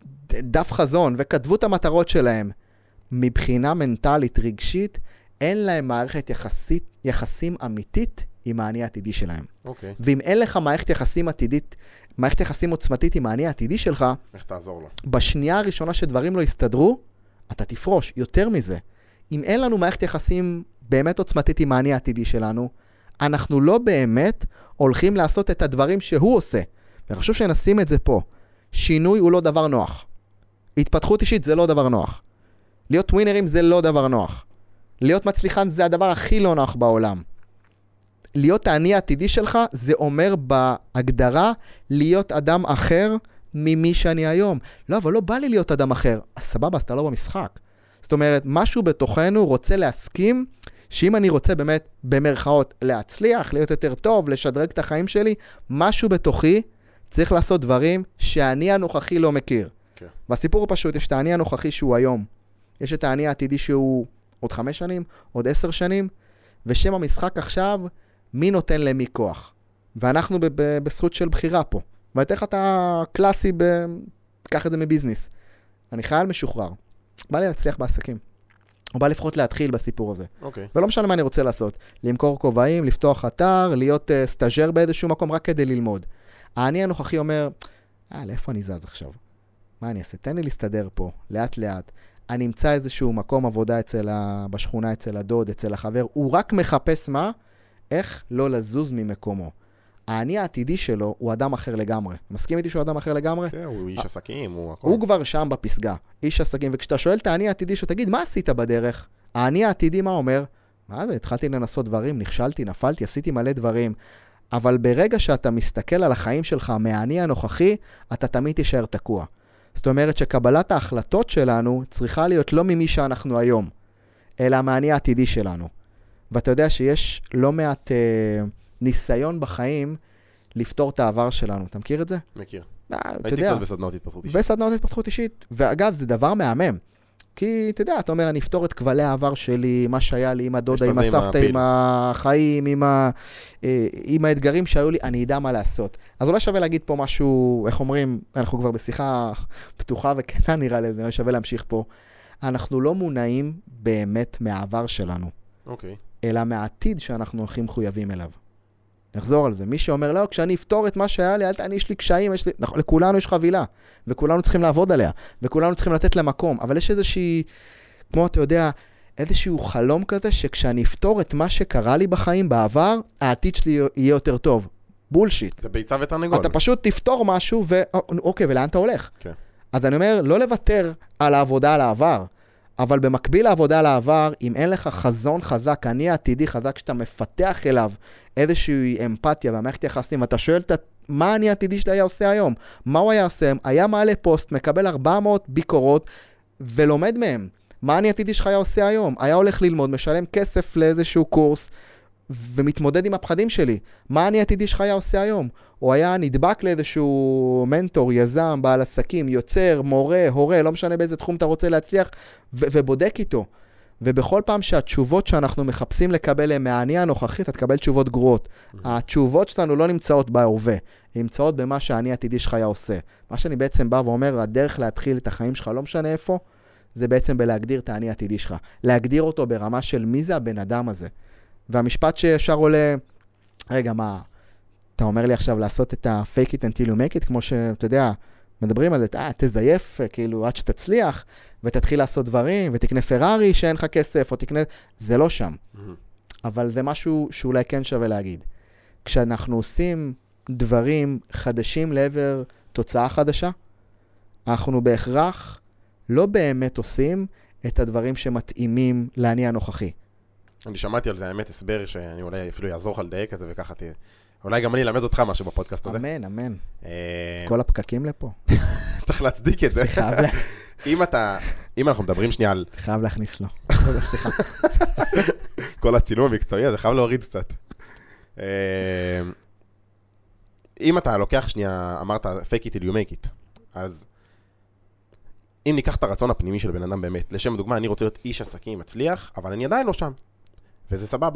דף חזון וכתבו את המטרות שלהם. מבחינה מנטלית רגשית, אין להם מערכת יחסים אמיתית עם האני העתידי שלהם. אוקיי. ואם אין לך מערכת יחסים עוצמתית עם האני העתידי שלך, איך תעזור לו? בשנייה הראשונה שדברים לא יסתדרו, אתה תפרוש. יותר מזה, אם אין לנו מערכת יחסים באמת עוצמתית עם האני העתידי שלנו, אנחנו לא באמת הולכים לעשות את הדברים שהוא עושה. וחשוב שנשים את זה פה. שינוי הוא לא דבר נוח. התפתחות אישית זה לא דבר נוח. להיות ווינרים זה לא דבר נוח. להיות מצליחן זה הדבר הכי לא נוח בעולם. להיות האני העתידי שלך זה אומר בהגדרה להיות אדם אחר ממי שאני היום. לא, אבל לא בא לי להיות אדם אחר. אז סבבה, אז אתה לא במשחק. זאת אומרת, משהו בתוכנו רוצה להסכים שאם אני רוצה באמת במרכאות להצליח, להיות יותר טוב, לשדרג את החיים שלי, משהו בתוכי צריך לעשות דברים שאני הנוכחי לא מכיר. כן. והסיפור הוא פשוט, יש את האני הנוכחי שהוא היום. יש את האני העתידי שהוא עוד 5 שנים, עוד 10 שנים, ושם המשחק עכשיו, מי נותן למי כוח. ואנחנו בזכות של בחירה פה. ואתן לך את הקלאסי, קח את זה מביזנס. אני חייל משוחרר. בא לי להצליח בעסקים. או בא לפחות להתחיל בסיפור הזה. אוקיי. ולא משנה מה אני רוצה לעשות. למכור כובעים, לפתוח אתר, להיות סטאז'ר באיזשהו מקום, רק כדי ללמוד. האני הנוכחי אומר, לאיפה אני זז עכשיו? מה אני אעשה? תן לי להסתדר פה, לאט לאט. אני אמצא איזשהו מקום עבודה בשכונה, אצל הדוד, אצל החבר. הוא רק מחפש מה? איך לא לזוז ממקומו. האני העתידי שלו הוא אדם אחר לגמרי. מסכים איתי שהוא אדם אחר לגמרי? כן, הוא איש עסקים, הוא הכל. הוא כבר שם בפסגה, איש עסקים. וכשאתה שואל את האני העתידי שלו, תגיד, מה עשית בדרך? האני העתידי מה אומר? מה זה? התחלתי לנסות דברים, נכשלתי, נפלתי, עשיתי מלא דברים. אבל ברגע שאתה מסתכל על החיים שלך מהאני הנוכחי, אתה תמיד תישאר תקוע. זאת אומרת שקבלת ההחלטות שלנו צריכה להיות לא ממי שאנחנו היום, אלא מהאני העתידי שלנו. ואתה יודע שיש לא מעט ניסיון בחיים לפתור את העבר שלנו. אתה מכיר את זה? מכיר. הייתי קצת בסדנאות התפתחות אישית. בסדנאות התפתחות אישית. ואגב, זה דבר מהמם. כי, אתה יודע, אתה אומר, אני אפתור את כבלי העבר שלי, מה שהיה לי עם הדודה, עם הסבתא, עם החיים, עם האתגרים שהיו לי, אני יודע מה לעשות. אז אולי שווה להגיד פה משהו, איך אומרים, אנחנו כבר בשיחה פתוחה וכנה נראה לזה, שווה להמשיך פה. אנחנו לא מונעים באמת מהעבר שלנו. אוקיי. אלא מהעתיד שאנחנו הולכים מחויבים אליו. נחזור על זה. מי שאומר, לא, כשאני אפתור את מה שהיה לי, יש לי קשיים, לכולנו יש חבילה, וכולנו צריכים לעבוד עליה, וכולנו צריכים לתת למקום, אבל יש איזושהי, כמו אתה יודע, איזשהו חלום כזה, שכשאני אפתור את מה שקרה לי בחיים בעבר, העתיד שלי יהיה יותר טוב. בולשיט. זה ביצה ותרנגול. אתה פשוט תפתור משהו, אוקיי, ולאן אתה הולך? כן. אז אני אומר, לא לוותר על העבודה על העבר, אבל במקביל לעבודה על העבר, אם אין לך חזון חזק, אני העתידי חזק, שאתה מפתח אליו איזושהי אמפתיה והמערכת יחסים, אתה שואל מה אני העתידי שלי היה עושה היום? מה הוא היה עושה? היה מעלה פוסט, מקבל 400 ביקורות ולומד מהם. מה אני העתידי שלך היה עושה היום? היה הולך ללמוד, משלם כסף לאיזשהו קורס ומתמודד עם הפחדים שלי. מה אני העתידי שלך היה עושה היום? הוא היה נדבק לאיזשהו מנטור, יזם, בעל עסקים, יוצר, מורה, הורה, לא משנה באיזה תחום אתה רוצה להצליח, ובודק איתו. ובכל פעם שהתשובות שאנחנו מחפשים לקבל הם מהאני הנוכחי, אתה תקבל תשובות גרועות. התשובות שלנו לא נמצאות בהווה, הן נמצאות במה שהאני העתידי שלך היה עושה. מה שאני בעצם בא ואומר, הדרך להתחיל את החיים שלך, לא משנה איפה, זה בעצם בלהגדיר את האני העתידי שלך. להגדיר אותו ברמה של מי זה הבן אדם הזה. והמשפט שישר עולה, רגע, מה, אתה אומר לי עכשיו לעשות את ה-fake it until you make it, כמו שאתה יודע, מדברים על זה, תזייף, כאילו, עד שתצליח, ותתחיל לעשות דברים, ותקנה פרארי שאין לך כסף, או תקנה... זה לא שם. אבל זה משהו שאולי כן שווה להגיד. כשאנחנו עושים דברים חדשים לעבר תוצאה חדשה, אנחנו בהכרח לא באמת עושים את הדברים שמתאימים לעני הנוכחי. אני שמעתי על זה, האמת, הסבר שאני אולי אפילו יעזור לך לדייק את זה, וככה תהיה. אולי גם אני אלמד אותך משהו בפודקאסט הזה. אמן, אמן. כל הפקקים לפה. צריך להצדיק את זה. אם אנחנו מדברים שנייה על... חייב להכניס לו. סליחה. כל הצילום המקצועי, זה חייב להוריד קצת. אם אתה לוקח שנייה, אמרת, fake it till you make it, אז אם ניקח את הרצון הפנימי של בן אדם באמת, לשם דוגמה, אני רוצה להיות איש עסקים מצליח, אבל אני עדיין לא שם, וזה סבבה.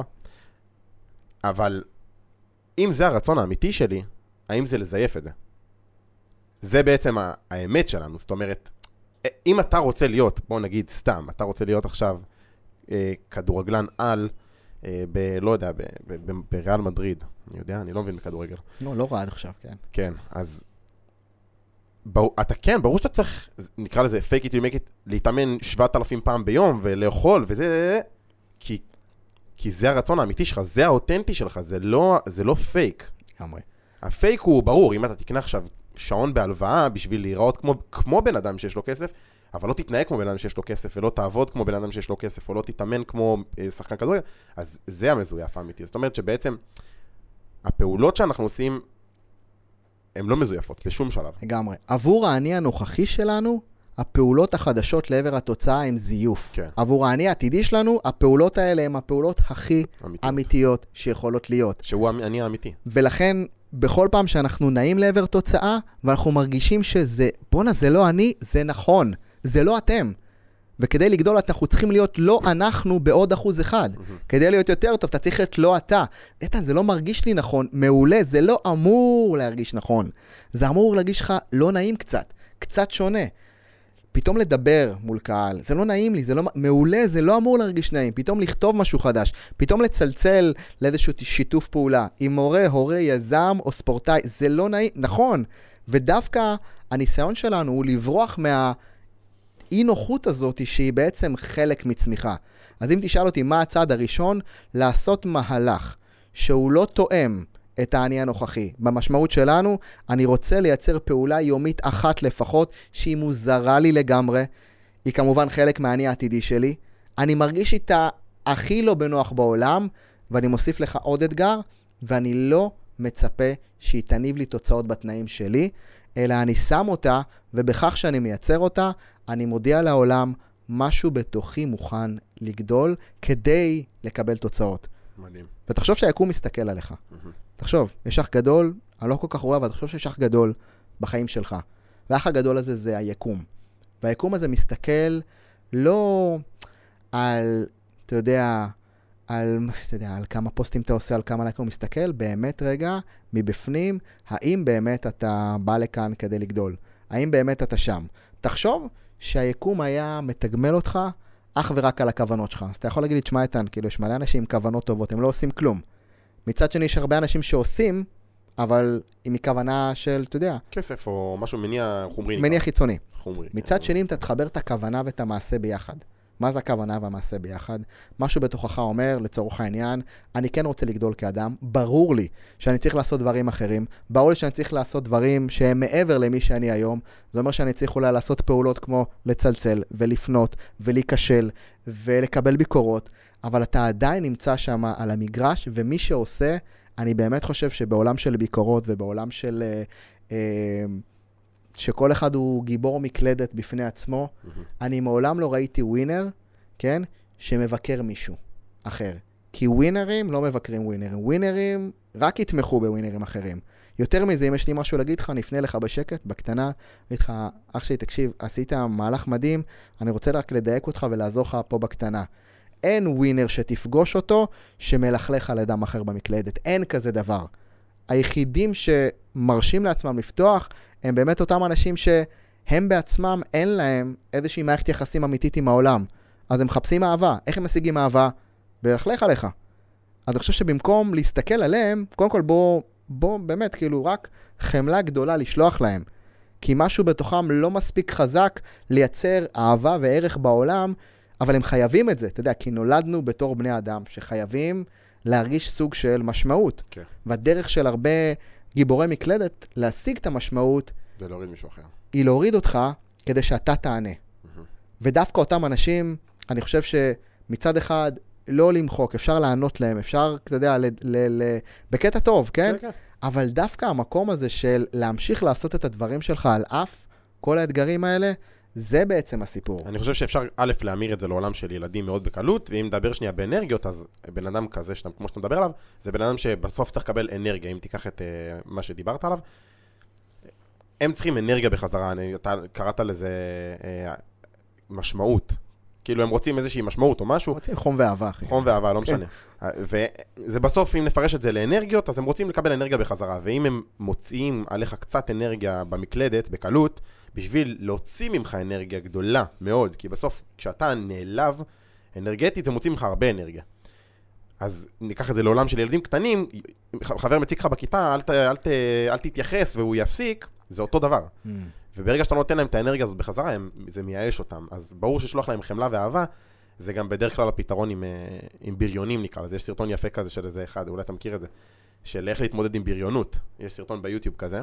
אבל אם זה הרצון האמיתי שלי, האם זה לזייף את זה? זה בעצם האמת שלנו, זאת אומרת, אם אתה רוצה להיות, בוא נגיד סתם, אתה רוצה להיות עכשיו כדורגלן על, לא יודע, בריאל מדריד, אני יודע, אני לא מבין בכדורגל. לא רע עד עכשיו, כן. כן, אז אתה כן, ברור שאתה צריך, נקרא לזה fake it till you make it, להתאמן 7,000 פעם ביום ולאכול וזה, כי זה הרצון האמיתי שלך, זה האותנטי שלך, זה לא פייק. אמרי. הפייק הוא ברור, אם אתה תקנה עכשיו שעון בהלוואה בשביל להיראות כמו בן אדם שיש לו כסף, אבל לא תתנהג כמו בן אדם שיש לו כסף, ולא תעבוד כמו בן אדם שיש לו כסף, או לא תתאמן כמו שחקן כדורגל, אז זה המזויף האמיתי. זאת אומרת שבעצם הפעולות שאנחנו עושים, הן לא מזויפות בשום שלב. לגמרי. עבור העני הנוכחי שלנו, הפעולות החדשות לעבר התוצאה הן זיוף. כן. עבור העני העתידי שלנו, הפעולות האלה הן הפעולות הכי אמיתיות שיכולות להיות. שהוא העני האמיתי. ולכן, בכל פעם שאנחנו נעים לעבר תוצאה, ואנחנו מרגישים שזה, בונה, זה לא אני, זה נכון. זה לא אתם. וכדי לגדול, אנחנו צריכים להיות לא אנחנו בעוד 1%. כדי להיות יותר טוב, אתה צריך להיות לא אתה. איתן, זה לא מרגיש לי נכון, מעולה, זה לא אמור להרגיש נכון. זה אמור להרגיש לך לא נעים קצת שונה. פתאום לדבר מול קהל, זה לא נעים לי, זה לא מעולה, זה לא אמור להרגיש נעים. פתאום לכתוב משהו חדש, פתאום לצלצל לאיזשהו שיתוף פעולה. עם הורה, יזם או ספורטאי, זה לא נעים, נכון. ודווקא הניסיון שלנו הוא לברוח אי נוחות הזאת שהיא בעצם חלק מצמיחה. אז אם תשאל אותי מה הצעד הראשון, לעשות מהלך שהוא לא תואם את העני הנוכחי. במשמעות שלנו, אני רוצה לייצר פעולה יומית אחת לפחות, שהיא מוזרה לי לגמרי. היא כמובן חלק מהעני העתידי שלי. אני מרגיש איתה הכי לא בנוח בעולם, ואני מוסיף לך עוד אתגר, ואני לא מצפה שהיא תניב לי תוצאות בתנאים שלי, אלא אני שם אותה, ובכך שאני מייצר אותה, אני מודיע לעולם, משהו בתוכי מוכן לגדול, כדי לקבל תוצאות. מדהים. ותחשוב שהיקום מסתכל עליך. תחשוב, יש אח גדול, אני לא כל כך רואה, אבל תחשוב שיש אח גדול בחיים שלך. והאח הגדול הזה זה היקום. והיקום הזה מסתכל לא על, אתה יודע, על כמה פוסטים אתה עושה, על כמה לייקים הוא מסתכל, באמת רגע, מבפנים, האם באמת אתה בא לכאן כדי לגדול? האם באמת אתה שם? תחשוב שהיקום היה מתגמל אותך אך ורק על הכוונות שלך. אז אתה יכול להגיד לי, תשמע איתן, כאילו יש מלא אנשים עם כוונות טובות, הם לא עושים כלום. מצד שני, יש הרבה אנשים שעושים, אבל עם מכוונה של, אתה יודע, כסף או משהו מניע חומרי. מניע חיצוני. חומרי. מצד שני, אם אתה תחבר את הכוונה ואת המעשה ביחד. מה זה הכוונה והמעשה ביחד? משהו בתוכך אומר, לצורך העניין, אני כן רוצה לגדול כאדם, ברור לי שאני צריך לעשות דברים אחרים, ברור לי שאני צריך לעשות דברים שהם מעבר למי שאני היום, זה אומר שאני צריך אולי לעשות פעולות כמו לצלצל ולפנות ולהיכשל ולקבל ביקורות, אבל אתה עדיין נמצא שם על המגרש, ומי שעושה, אני באמת חושב שבעולם של ביקורות ובעולם של שכל אחד הוא גיבור מקלדת בפני עצמו, אני מעולם לא ראיתי ווינר, כן, שמבקר מישהו אחר. כי ווינרים לא מבקרים ווינרים. ווינרים רק יתמכו בווינרים אחרים. יותר מזה, אם יש לי משהו להגיד לך, נפנה לך בשקט, בקטנה, אגיד לך, אח שלי, תקשיב, עשית מהלך מדהים, אני רוצה רק לדייק אותך ולעזור לך פה בקטנה. אין ווינר שתפגוש אותו, שמלכלך על אדם אחר במקלדת. אין כזה דבר. היחידים שמרשים לעצמם לפתוח, הם באמת אותם אנשים שהם בעצמם אין להם איזושהי מערכת יחסים אמיתית עם העולם. אז הם מחפשים אהבה. איך הם משיגים אהבה? בלכלך עליך. אז אני חושב שבמקום להסתכל עליהם, קודם כל בוא באמת כאילו רק חמלה גדולה לשלוח להם. כי משהו בתוכם לא מספיק חזק לייצר אהבה וערך בעולם, אבל הם חייבים את זה, אתה יודע, כי נולדנו בתור בני אדם שחייבים להרגיש סוג של משמעות. כן. והדרך של הרבה גיבורי מקלדת להשיג את המשמעות, זה להוריד מישהו אחר. היא להוריד אותך כדי שאתה תענה. ודווקא אותם אנשים, אני חושב שמצד אחד לא למחוק, אפשר לענות להם, אפשר, אתה יודע, בקטע טוב, כן? כן. אבל דווקא המקום הזה של להמשיך לעשות את הדברים שלך על אף כל האתגרים האלה, זה בעצם הסיפור. אני חושב שאפשר א' להמיר את זה לעולם של ילדים מאוד בקלות, ואם נדבר שנייה באנרגיות, אז בן אדם כזה, כמו שאתה מדבר עליו, זה בן אדם שבסוף צריך לקבל אנרגיה, אם תיקח את מה שדיברת עליו. הם צריכים אנרגיה בחזרה, אתה קראת לזה משמעות. כאילו הם רוצים איזושהי משמעות או משהו. רוצים חום ואהבה, אחי. חום ואהבה, לא משנה. וזה בסוף, אם נפרש את זה לאנרגיות, אז הם רוצים לקבל אנרגיה בחזרה, ואם הם מוציאים עליך קצת אנרגיה במקלדת, בקלות, בשביל להוציא ממך אנרגיה גדולה מאוד, כי בסוף, כשאתה נעלב אנרגטית, זה מוציא ממך הרבה אנרגיה. אז ניקח את זה לעולם של ילדים קטנים, חבר מציג לך בכיתה, אל תתייחס והוא יפסיק, זה אותו דבר. וברגע שאתה נותן להם את האנרגיה הזאת בחזרה, זה מייאש אותם. אז ברור ששלוח להם חמלה ואהבה, זה גם בדרך כלל הפתרון עם בריונים נקרא לזה. יש סרטון יפה כזה של איזה אחד, אולי אתה מכיר את זה, של איך להתמודד עם בריונות. יש סרטון ביוטיוב כזה,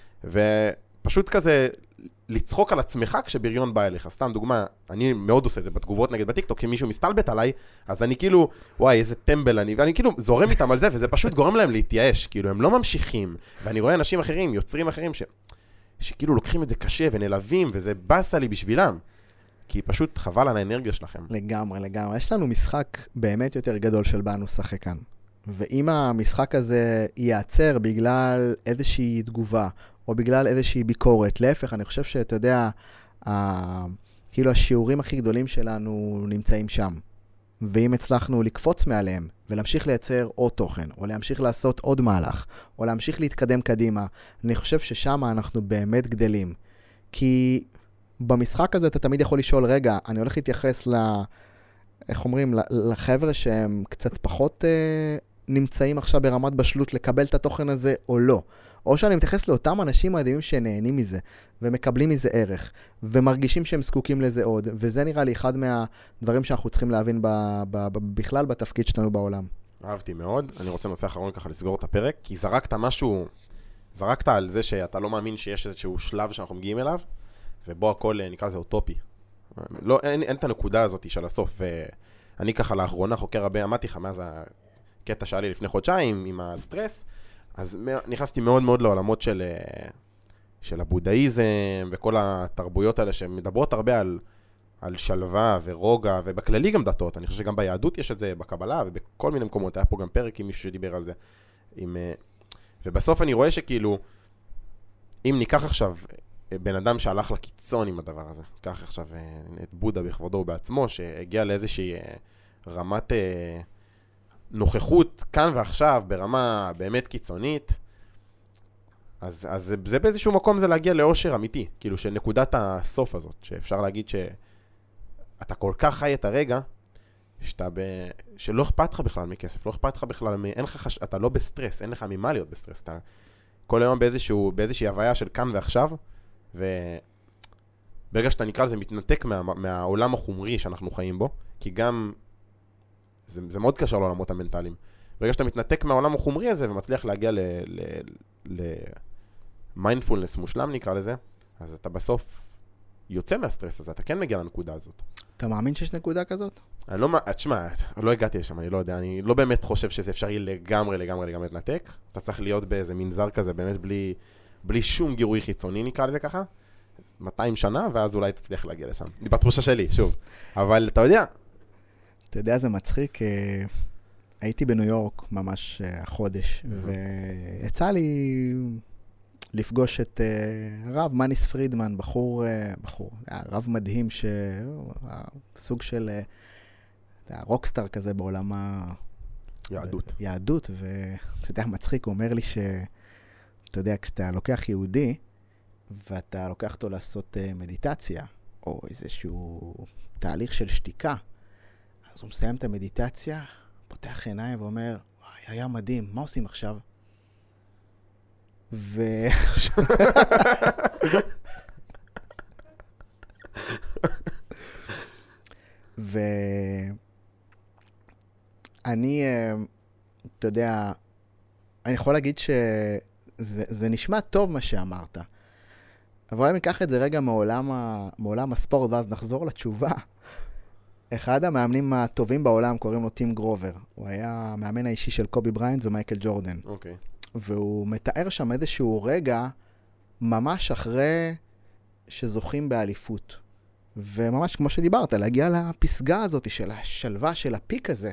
ופשוט כזה לצחוק על עצמך כשבריון בא אליך. סתם דוגמה, אני מאוד עושה את זה בתגובות נגד בטיקטוק, כי מישהו מסתלבט עליי, אז אני כאילו, וואי, איזה טמבל אני, ואני כאילו זורם איתם על זה, וזה פשוט גורם להם להתייאש, כאילו הם לא ממשיכים, ואני רואה אנשים אחרים, יוצרים אחרים שכאילו לוקחים את זה קשה ונלווים, וזה בסה לי בשבילם. כי פשוט חבל על האנרגיה שלכם. לגמרי, לגמרי. יש לנו משחק באמת יותר גדול של באנו שחק כאן. ואם המשחק הזה ייעצר בגלל איזושהי תגובה, או בגלל איזושהי ביקורת, להפך, אני חושב שאתה יודע, כאילו השיעורים הכי גדולים שלנו נמצאים שם. ואם הצלחנו לקפוץ מעליהם, ולהמשיך לייצר עוד תוכן, או להמשיך לעשות עוד מהלך, או להמשיך להתקדם קדימה, אני חושב ששם אנחנו באמת גדלים. כי במשחק הזה אתה תמיד יכול לשאול, רגע, אני הולך להתייחס איך אומרים, לחבר'ה שהם קצת פחות נמצאים עכשיו ברמת בשלות לקבל את התוכן הזה או לא. או שאני מתייחס לאותם אנשים מדהימים שנהנים מזה, ומקבלים מזה ערך, ומרגישים שהם זקוקים לזה עוד, וזה נראה לי אחד מהדברים שאנחנו צריכים להבין בכלל בתפקיד שלנו בעולם. אהבתי מאוד, אני רוצה נושא אחרון ככה לסגור את הפרק, כי זרקת על זה שאתה לא מאמין שיש איזשהו שלב שאנחנו מגיעים אליו, ובו הכל נקרא לזה אוטופי. לא, אין את הנקודה הזאת של הסוף, ואני ככה לאחרונה חוקר הרבה, אמרתי לך מאז הקטע שהיה לי לפני חודשיים עם הסטרס, אז נכנסתי מאוד מאוד לעולמות של הבודהיזם וכל התרבויות האלה שמדברות הרבה על שלווה ורוגע, ובכללי גם דתות. אני חושב שגם ביהדות יש את זה, בקבלה ובכל מיני מקומות. היה פה גם פרק עם מישהו שדיבר על זה. ובסוף אני רואה שכאילו, אם ניקח עכשיו בן אדם שהלך לקיצון עם הדבר הזה, ניקח עכשיו את בודה בכבודו ובעצמו, שהגיע לאיזושהי רמת נוכחות כאן ועכשיו ברמה באמת קיצונית, אז זה באיזשהו מקום זה להגיע לאושר אמיתי, כאילו של נקודת הסוף הזאת, שאפשר להגיד שאתה כל כך חי את הרגע, שלא אכפת לך בכלל מכסף, לא אכפת לך בכלל, אתה לא בסטרס, אין לך ממה להיות בסטרס, אתה כל היום באיזושהי הוויה של כאן ועכשיו, וברגע שאתה נקרא לזה מתנתק מהעולם החומרי שאנחנו חיים בו, כי גם זה מאוד קשר לעולמות המנטליים. ברגע שאתה מתנתק מהעולם החומרי הזה ומצליח להגיע למיינדפולנס מושלם נקרא לזה, אז אתה בסוף יוצא מהסטרס הזה, אתה כן מגיע לנקודה הזאת. אתה מאמין שיש נקודה כזאת? אני לא, תשמע, לא הגעתי לשם, אני לא יודע, אני לא באמת חושב שזה אפשרי לגמרי להתנתק. אתה צריך להיות באיזה מנזר כזה, באמת בלי שום גירוי חיצוני נקרא לזה ככה, 200 שנה, ואז אולי תצליח להגיע לשם. בתחושה שלי, שוב. אבל אתה יודע, זה מצחיק, הייתי בניו יורק ממש החודש, ויצא לי לפגוש את רב מניס פרידמן, בחור, רב מדהים, סוג של רוקסטאר כזה בעולם יהדות, ואתה יודע, מצחיק, הוא אומר לי אתה יודע, כשאתה לוקח יהודי, ואתה לוקח אותו לעשות מדיטציה, או איזשהו תהליך של שתיקה, אז הוא מסיים את המדיטציה, פותח עיניים ואומר, וואי, היה מדהים, מה עושים עכשיו? ואני, אתה יודע, אני יכול להגיד שזה נשמע טוב מה שאמרת, אבל אני אקח את זה רגע מעולם הספורט, ואז נחזור לתשובה. אחד המאמנים הטובים בעולם קוראים לו טים גרובר. הוא היה המאמן האישי של קובי בריינט ומייקל ג'ורדן. אוקיי. והוא מתאר שם איזשהו רגע, ממש אחרי שזוכים באליפות. וממש כמו שדיברת, להגיע לפסגה הזאת של השלווה, של הפיק הזה.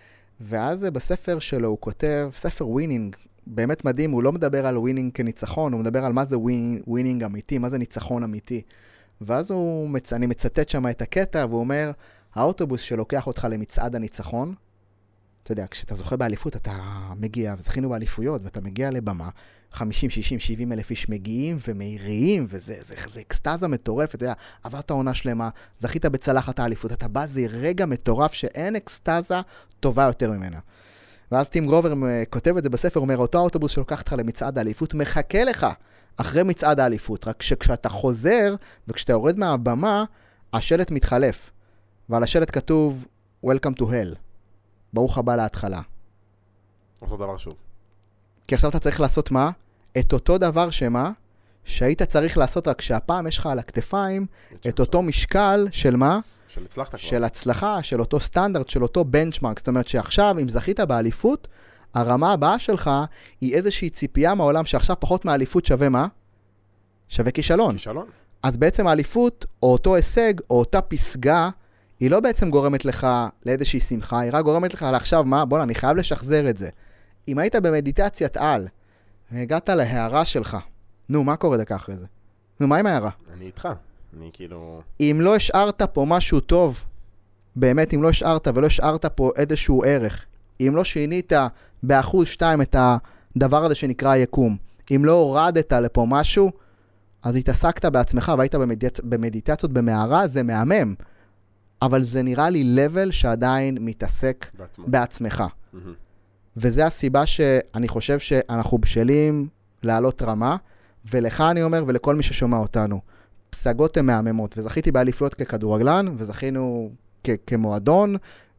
ואז בספר שלו הוא כותב, ספר ווינינג, באמת מדהים, הוא לא מדבר על ווינינג כניצחון, הוא מדבר על מה זה ווינינג אמיתי, מה זה ניצחון אמיתי. ואז אני מצטט שם את הקטע, והוא אומר, האוטובוס שלוקח אותך למצעד הניצחון, אתה יודע, כשאתה זוכה באליפות, אתה מגיע, וזכינו באליפויות, ואתה מגיע לבמה, 50, 60, 70 אלף איש מגיעים ומהירים, וזה אקסטאזה מטורפת, אתה יודע, עברת עונה שלמה, זכית בצלחת האליפות, אתה בא, זה רגע מטורף שאין אקסטאזה טובה יותר ממנה. ואז טים גרובר כותב את זה בספר, אומר, אותו האוטובוס שלוקח אותך למצעד האליפות, מחכה לך אחרי מצעד האליפות, רק שכשאתה חוזר, וכשאתה יורד מהבמה, השלט מתחלף, ועל השלט כתוב, Welcome to hell. ברוך הבא להתחלה. אותו דבר שוב. כי עכשיו אתה צריך לעשות מה? את אותו דבר שהיית צריך לעשות, רק שהפעם יש לך על הכתפיים, את אותו משקל של מה? של הצלחת כבר. של הצלחה, של אותו סטנדרט, של אותו בנצ'מרק. זאת אומרת שעכשיו, אם זכית באליפות, הרמה הבאה שלך היא איזושהי ציפייה מהעולם שעכשיו פחות מהאליפות שווה מה? שווה כישלון. כישלון. אז בעצם האליפות, או אותו הישג, או אותה פסגה, היא לא בעצם גורמת לך לאיזושהי שמחה, היא רק גורמת לך לעכשיו מה? בוא, אני חייב לשחזר את זה. אם היית במדיטציית על, והגעת להערה שלך, נו, מה קורה דקה אחרי זה? נו, מה עם ההערה? אני איתך. אני כאילו... אם לא השארת פה משהו טוב, באמת, אם לא השארת ולא השארת פה איזשהו ערך, אם לא שינית ב1-2% את הדבר הזה שנקרא היקום, אם לא הורדת לפה משהו, אז התעסקת בעצמך והיית במדיטציות במערה, זה מהמם. אבל זה נראה לי לבל שעדיין מתעסק בעצמך. וזה הסיבה שאני חושב שאנחנו בשלים לעלות רמה, ולך אני אומר, ולכל מי ששומע אותנו, פסגות הן מהממות, וזכיתי באליפויות ככדורגלן, וזכינו כמועדון,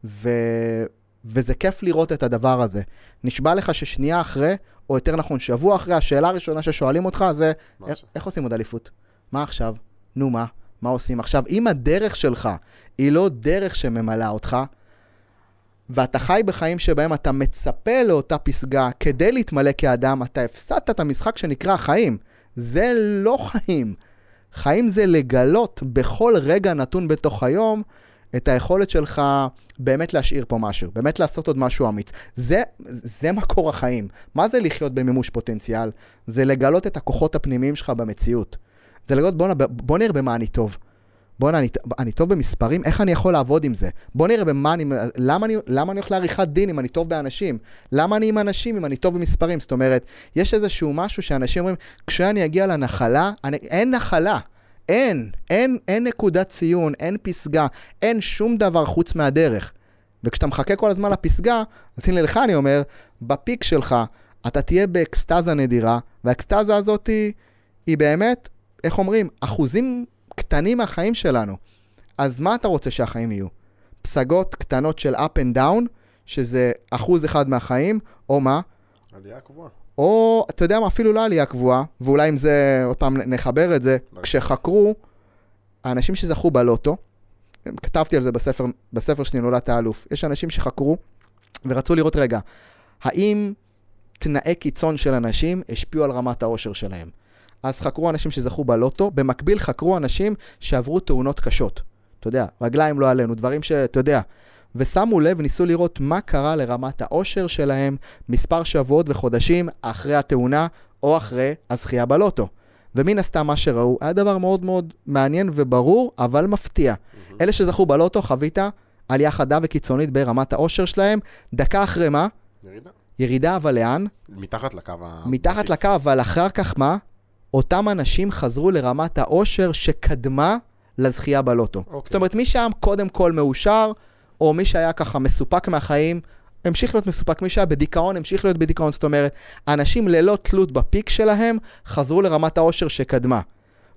וזה כיף לראות את הדבר הזה. נשבע לך ששנייה אחרי, או יותר נכון, שבוע אחרי, השאלה הראשונה ששואלים אותך זה, איך עושים עוד אליפות? מה עכשיו? נו מה? מה עושים עכשיו? אם הדרך שלך היא לא דרך שממלאה אותך, ואתה חי בחיים שבהם אתה מצפה לאותה פסגה כדי להתמלא כאדם, אתה הפסדת את המשחק שנקרא חיים. זה לא חיים. חיים זה לגלות בכל רגע נתון בתוך היום את היכולת שלך באמת להשאיר פה משהו, באמת לעשות עוד משהו אמיץ. זה מקור החיים. מה זה לחיות במימוש פוטנציאל? זה לגלות את הכוחות הפנימיים שלך במציאות. זה לגלות, בוא נראה במה אני טוב. אני טוב במספרים, איך אני יכול לעבוד עם זה? בוא נראה למה אני הולך לעריכת דין אם אני טוב באנשים? למה אני עם אנשים אם אני טוב במספרים? זאת אומרת, יש איזשהו משהו שאנשים אומרים, כשאני אגיע לנחלה, אין נחלה. אין נקודת ציון, אין פסגה, אין שום דבר חוץ מהדרך. וכשאתה מחכה כל הזמן לפסגה, אז הנה לך אני אומר, בפיק שלך, אתה תהיה באקסטאזה נדירה, והאקסטאזה הזאת היא באמת, איך אומרים, אחוזים קטנים מהחיים שלנו. אז מה אתה רוצה שהחיים יהיו? פסגות קטנות של up and down, שזה 1% מהחיים, או מה? עלייה קבועה. או, אתה יודע מה, אפילו לא עלייה קבועה, ואולי אם זה, עוד פעם נחבר את זה, כשחקרו האנשים שזכו בלוטו, כתבתי על זה בספר שלי נולדת האלוף, יש אנשים שחקרו ורצו לראות רגע, האם תנאי קיצון של אנשים השפיעו על רמת האושר שלהם? אז חקרו אנשים שזכו בלוטו, במקביל חקרו אנשים שעברו תאונות קשות. אתה יודע, רגליים לא עלינו, דברים שאתה יודע. ושמו לב, ניסו לראות מה קרה לרמת האושר שלהם מספר שבועות וחודשים אחרי התאונה או אחרי הזכייה בלוטו. ומן הסתם מה שראו, היה דבר מאוד מאוד מעניין וברור, אבל מפתיע. אלה שזכו בלוטו חווית עלייה חדה וקיצונית ברמת האושר שלהם, דקה אחרי מה? ירידה, אבל לאן? מתחת לקו. מתחת לקו, אבל אחר כך מה? אותם אנשים חזרו לרמת האושר שקדמה לזכייה בלוטו. זאת אומרת, מי שהיה קודם כל מאושר, או מי שהיה ככה מסופק מהחיים, המשיך להיות מסופק. מי שהיה בדיכאון, המשיך להיות בדיכאון. זאת אומרת, אנשים ללא תלות בפיק שלהם, חזרו לרמת האושר שקדמה.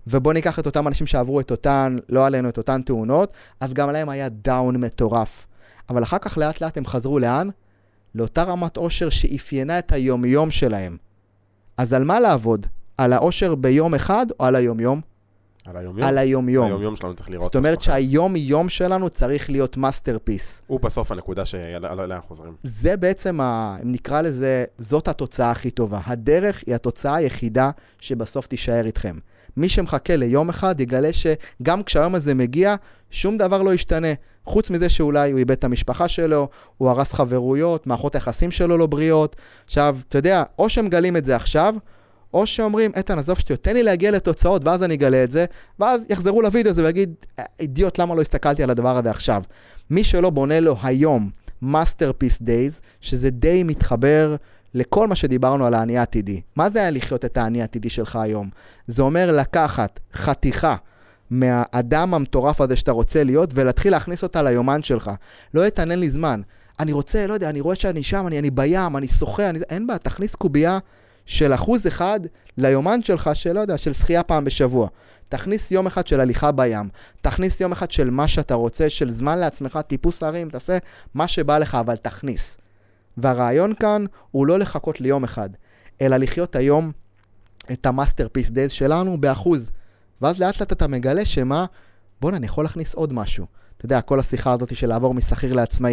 ובוא ניקח את אותם אנשים שעברו את אותן, לא עלינו את אותן תאונות, אז גם להם היה דאון מטורף. אבל אחר כך לאט לאט הם חזרו לאן? לאותה רמת אושר שאפיינה את היום-יום שלהם. אז על מה לעבוד? על האושר ביום אחד או על היום-יום? על היום-יום. על היום-יום. היום-יום שלנו צריך לראות. זאת אומרת שהיום-יום שלנו צריך להיות מאסטרפיס. הוא בסוף הנקודה שעליה חוזרים. זה בעצם, אם נקרא לזה, זאת התוצאה הכי טובה. הדרך היא התוצאה היחידה שבסוף תישאר איתכם. מי שמחכה ליום אחד יגלה שגם כשהיום הזה מגיע, שום דבר לא ישתנה. חוץ מזה שאולי הוא איבד את המשפחה שלו, הוא הרס חברויות, מערכות היחסים שלו לא בריאות. עכשיו, אתה יודע, או שמגלים את זה עכשיו, או שאומרים, איתן, עזוב שטויות, תן לי להגיע לתוצאות, ואז אני אגלה את זה, ואז יחזרו לוידאו הזה ויגיד, אידיוט, למה לא הסתכלתי על הדבר הזה עכשיו? מי שלא בונה לו היום, Masterpiece Days, שזה די מתחבר לכל מה שדיברנו על העני העתידי. מה זה היה לחיות את העני העתידי שלך היום? זה אומר לקחת חתיכה מהאדם המטורף הזה שאתה רוצה להיות, ולהתחיל להכניס אותה ליומן שלך. לא יתענן לי זמן. אני רוצה, לא יודע, אני רואה שאני שם, אני בים, אני שוחה, אין בה, תכניס קובייה של 1% ליומן שלך, שלא יודע, של שחייה פעם בשבוע. תכניס יום אחד של הליכה בים. תכניס יום אחד של מה שאתה רוצה, של זמן לעצמך, טיפוס הרים, תעשה מה שבא לך, אבל תכניס. והרעיון כאן הוא לא לחכות ליום אחד, אלא לחיות היום את המאסטרפיס דייז שלנו באחוז. ואז לאט לאט אתה מגלה שמה, בוא אני יכול להכניס עוד משהו. אתה יודע, כל השיחה הזאת של לעבור משכיר לעצמאי,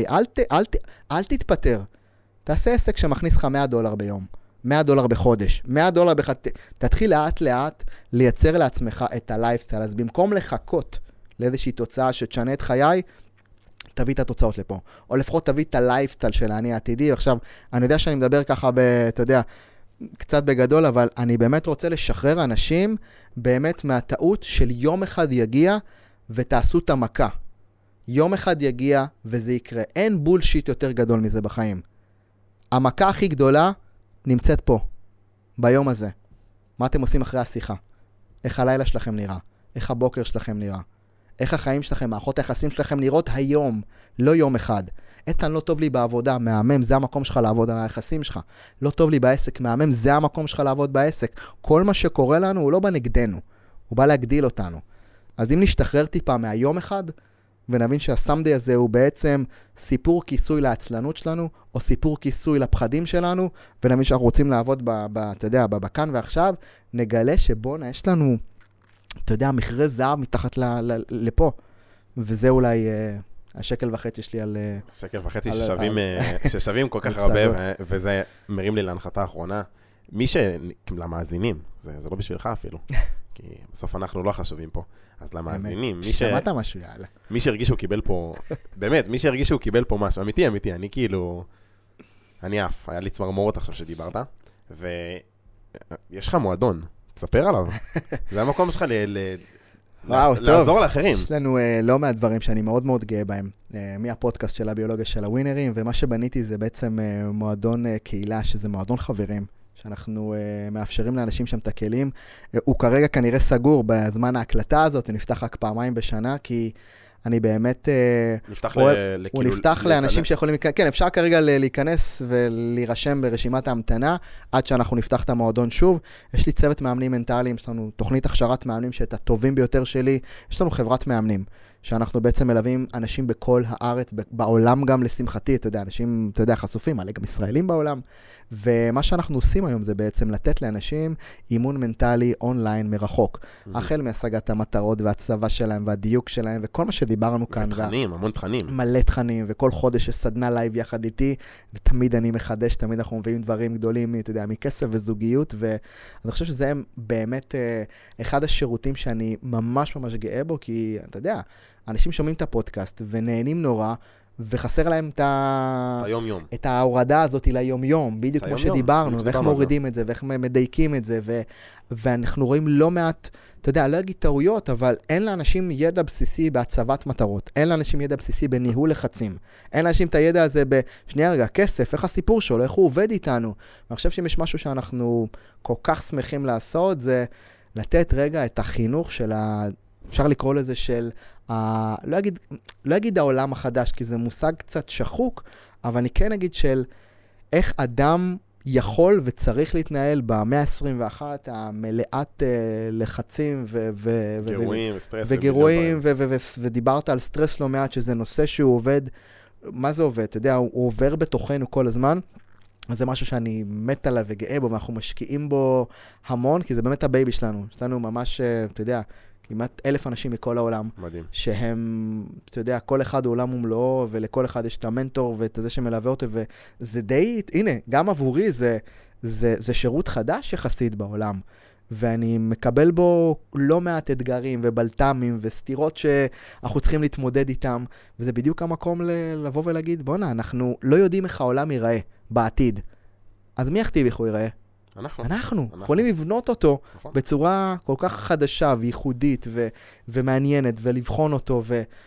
אל תתפטר. תעשה עסק שמכניס לך $100 ביום, $100 בחודש, $100 תתחיל לאט לאט לייצר לעצמך את הלייפסטייל. אז במקום לחכות לאיזושהי תוצאה שתשנה את חיי, תביא את התוצאות לפה. או לפחות תביא את הלייפסטייל של העני העתידי. עכשיו, אני יודע שאני מדבר ככה, אתה יודע, קצת בגדול, אבל אני באמת רוצה לשחרר אנשים באמת מהטעות של יום אחד יגיע ותעשו את המכה. יום אחד יגיע וזה יקרה. אין בולשיט יותר גדול מזה בחיים. המכה הכי גדולה נמצאת פה, ביום הזה. מה אתם עושים אחרי השיחה? איך הלילה שלכם נראה? איך הבוקר שלכם נראה? איך החיים שלכם, מערכות היחסים שלכם נראות היום, לא יום אחד. איתן, לא טוב לי בעבודה, מהמם, זה המקום שלך לעבוד על היחסים שלך. לא טוב לי בעסק, מהמם, זה המקום שלך לעבוד בעסק. כל מה שקורה לנו הוא לא בא נגדנו, הוא בא להגדיל אותנו. אז אם נשתחרר טיפה מהיום אחד, ונבין שהסמדי הזה הוא בעצם סיפור כיסוי לעצלנות שלנו, או סיפור כיסוי לפחדים שלנו, ונבין שאנחנו רוצים לעבוד אתה יודע, בכאן ועכשיו, נגלה שבונה, יש לנו, אתה יודע, מכרה זהב מתחת לפה. וזה אולי השקל וחצי שלי על... שקל וחצי ששווים כל כך הרבה, וזה מרים לי להנחתה האחרונה. למאזינים, זה לא בשבילך אפילו, כי בסוף אנחנו לא חשובים פה. אז למאזינים, שמעת משהו, יאללה. מי שהרגיש שהוא קיבל פה, באמת, מי שהרגיש שהוא קיבל פה משהו, אמיתי, אני כאילו, אני אף, היה לי צמרמורות עכשיו שדיברת, ויש לך מועדון, תספר עליו. זה המקום שלך לעזור לאחרים. יש לנו לא מעט דברים שאני מאוד מאוד גאה בהם, מהפודקאסט של הביולוגיה של הווינרים, ומה שבניתי זה בעצם מועדון קהילה, שזה מועדון חברים. שאנחנו מאפשרים לאנשים שם את הכלים. הוא כרגע כנראה סגור בזמן ההקלטה הזאת, הוא נפתח רק פעמיים בשנה, כי אני באמת... הוא נפתח לאנשים שיכולים... כן, אפשר כרגע להיכנס ולהירשם ברשימת ההמתנה, עד שאנחנו נפתח את המועדון שוב. יש לי צוות מאמנים מנטליים, יש לנו תוכנית הכשרת מאמנים שאת הטובים ביותר שלי, יש לנו חברת מאמנים, שאנחנו בעצם מלווים אנשים בכל הארץ, בעולם גם לשמחתי, אתה יודע, אנשים, אתה יודע, חשופים, עלי גם ישראלים בעולם, ומה שאנחנו עושים היום זה בעצם לתת לאנשים אימון מנטלי אונליין מרחוק, החל מהשגת המטרות והצבא שלהם והדיוק שלהם, וכל מה שדיברנו כאן. ותכנים, המון תכנים. מלא תכנים, וכל חודש יש סדנה לייב יחד איתי, ותמיד אני מחדש, תמיד אנחנו מביאים דברים גדולים, אתה יודע, מכסף וזוגיות, ואני חושב שזה באמת אחד השירותים שאני ממש ממש גאה בו, כי אתה יודע, אנשים שומעים את הפודקאסט ונהנים נורא, וחסר להם את ההורדה הזאת ליום-יום, בדיוק כמו שדיברנו, ואיך מורידים את זה, ואיך מדייקים את זה, ואנחנו רואים לא מעט, אתה יודע, לא אגיד טעויות, אבל אין לאנשים ידע בסיסי בהצבת מטרות, אין לאנשים ידע בסיסי בניהול לחצים, אין לאנשים את הידע הזה בשנייה רגע, כסף, איך הסיפור שלו, איך הוא עובד איתנו. ואני חושב שאם יש משהו שאנחנו כל כך שמחים לעשות, זה לתת רגע את החינוך של אפשר לקרוא לזה של, לא אגיד העולם החדש, כי זה מושג קצת שחוק, אבל אני כן אגיד של איך אדם יכול וצריך להתנהל במאה ה-21 המלאת לחצים גירויים וסטרס. וגירויים, ודיברת על סטרס לא מעט, שזה נושא שהוא עובד, מה זה עובד? אתה יודע, הוא עובר בתוכנו כל הזמן, אז זה משהו שאני מת עליו וגאה בו, ואנחנו משקיעים בו המון, כי זה באמת הבייבי שלנו. יש לנו ממש, אתה יודע, כמעט 1,000 אנשים מכל העולם. מדהים. שהם, אתה יודע, כל אחד הוא עולם ומלואו, ולכל אחד יש את המנטור ואת זה שמלווה אותו, וזה די, הנה, גם עבורי זה שירות חדש יחסית בעולם. ואני מקבל בו לא מעט אתגרים ובלטמים וסתירות שאנחנו צריכים להתמודד איתם, וזה בדיוק המקום לבוא ולהגיד, בוא'נה, אנחנו לא יודעים איך העולם ייראה בעתיד. אז מי יכתיב איך הוא ייראה? אנחנו יכולים לבנות אותו בצורה כל כך חדשה וייחודית ומעניינת, ולבחון אותו,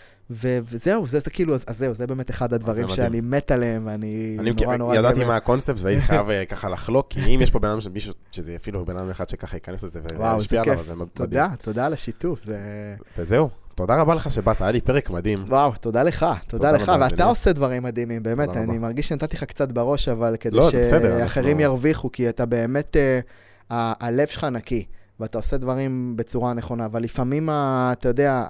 וזהו, זה כאילו, אז זהו, זה באמת אחד הדברים שאני מת עליהם, ואני נורא נורא... ידעתי מה הקונספט, והייתי חייב ככה לחלוק, כי אם יש פה בן אדם מישהו, שזה אפילו בן אדם אחד שככה ייכנס לזה וישפיע עליו, זה מדהים. תודה על השיתוף. וזהו, תודה רבה לך שבאת, היה לי פרק מדהים. וואו, תודה לך, ואתה עושה דברים מדהימים, באמת, אני מרגיש שנתתי לך קצת בראש, אבל כדי שאחרים ירוויחו, כי אתה באמת, הלב שלך נקי, ואתה עושה דברים בצורה נכונה, אבל לפעמים, אתה יודע,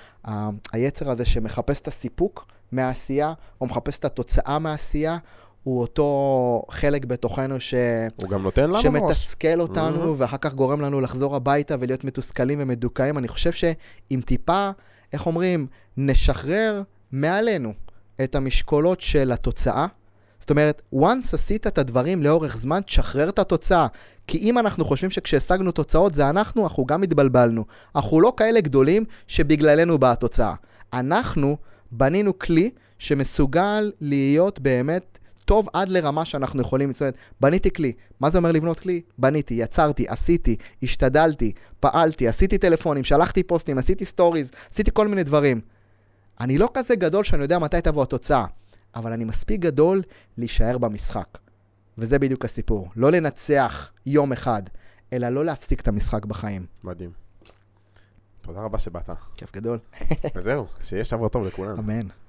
היצר הזה שמחפש את הסיפוק מהעשייה, או מחפש את התוצאה מהעשייה, הוא אותו חלק בתוכנו הוא גם נותן לנו שמתסכל אותנו, ואחר כך גורם לנו לחזור הביתה ולהיות מתוסכלים ומדוכאים. אני חושב שאם טיפה, איך אומרים, נשחרר מעלינו את המשקולות של התוצאה, זאת אומרת, once עשית את הדברים לאורך זמן, תשחרר את התוצאה. כי אם אנחנו חושבים שכשהשגנו תוצאות זה אנחנו גם התבלבלנו. אנחנו לא כאלה גדולים שבגללנו באה התוצאה. אנחנו בנינו כלי שמסוגל להיות באמת טוב עד לרמה שאנחנו יכולים. זאת אומרת, בניתי כלי. מה זה אומר לבנות כלי? בניתי, יצרתי, עשיתי, השתדלתי, פעלתי, עשיתי טלפונים, שלחתי פוסטים, עשיתי סטוריז, עשיתי כל מיני דברים. אני לא כזה גדול שאני יודע מתי תבוא התוצאה, אבל אני מספיק גדול להישאר במשחק. וזה בדיוק הסיפור. לא לנצח יום אחד, אלא לא להפסיק את המשחק בחיים. מדהים. תודה רבה שבאת. כיף גדול. וזהו, שיהיה שבוע טוב לכולם. אמן.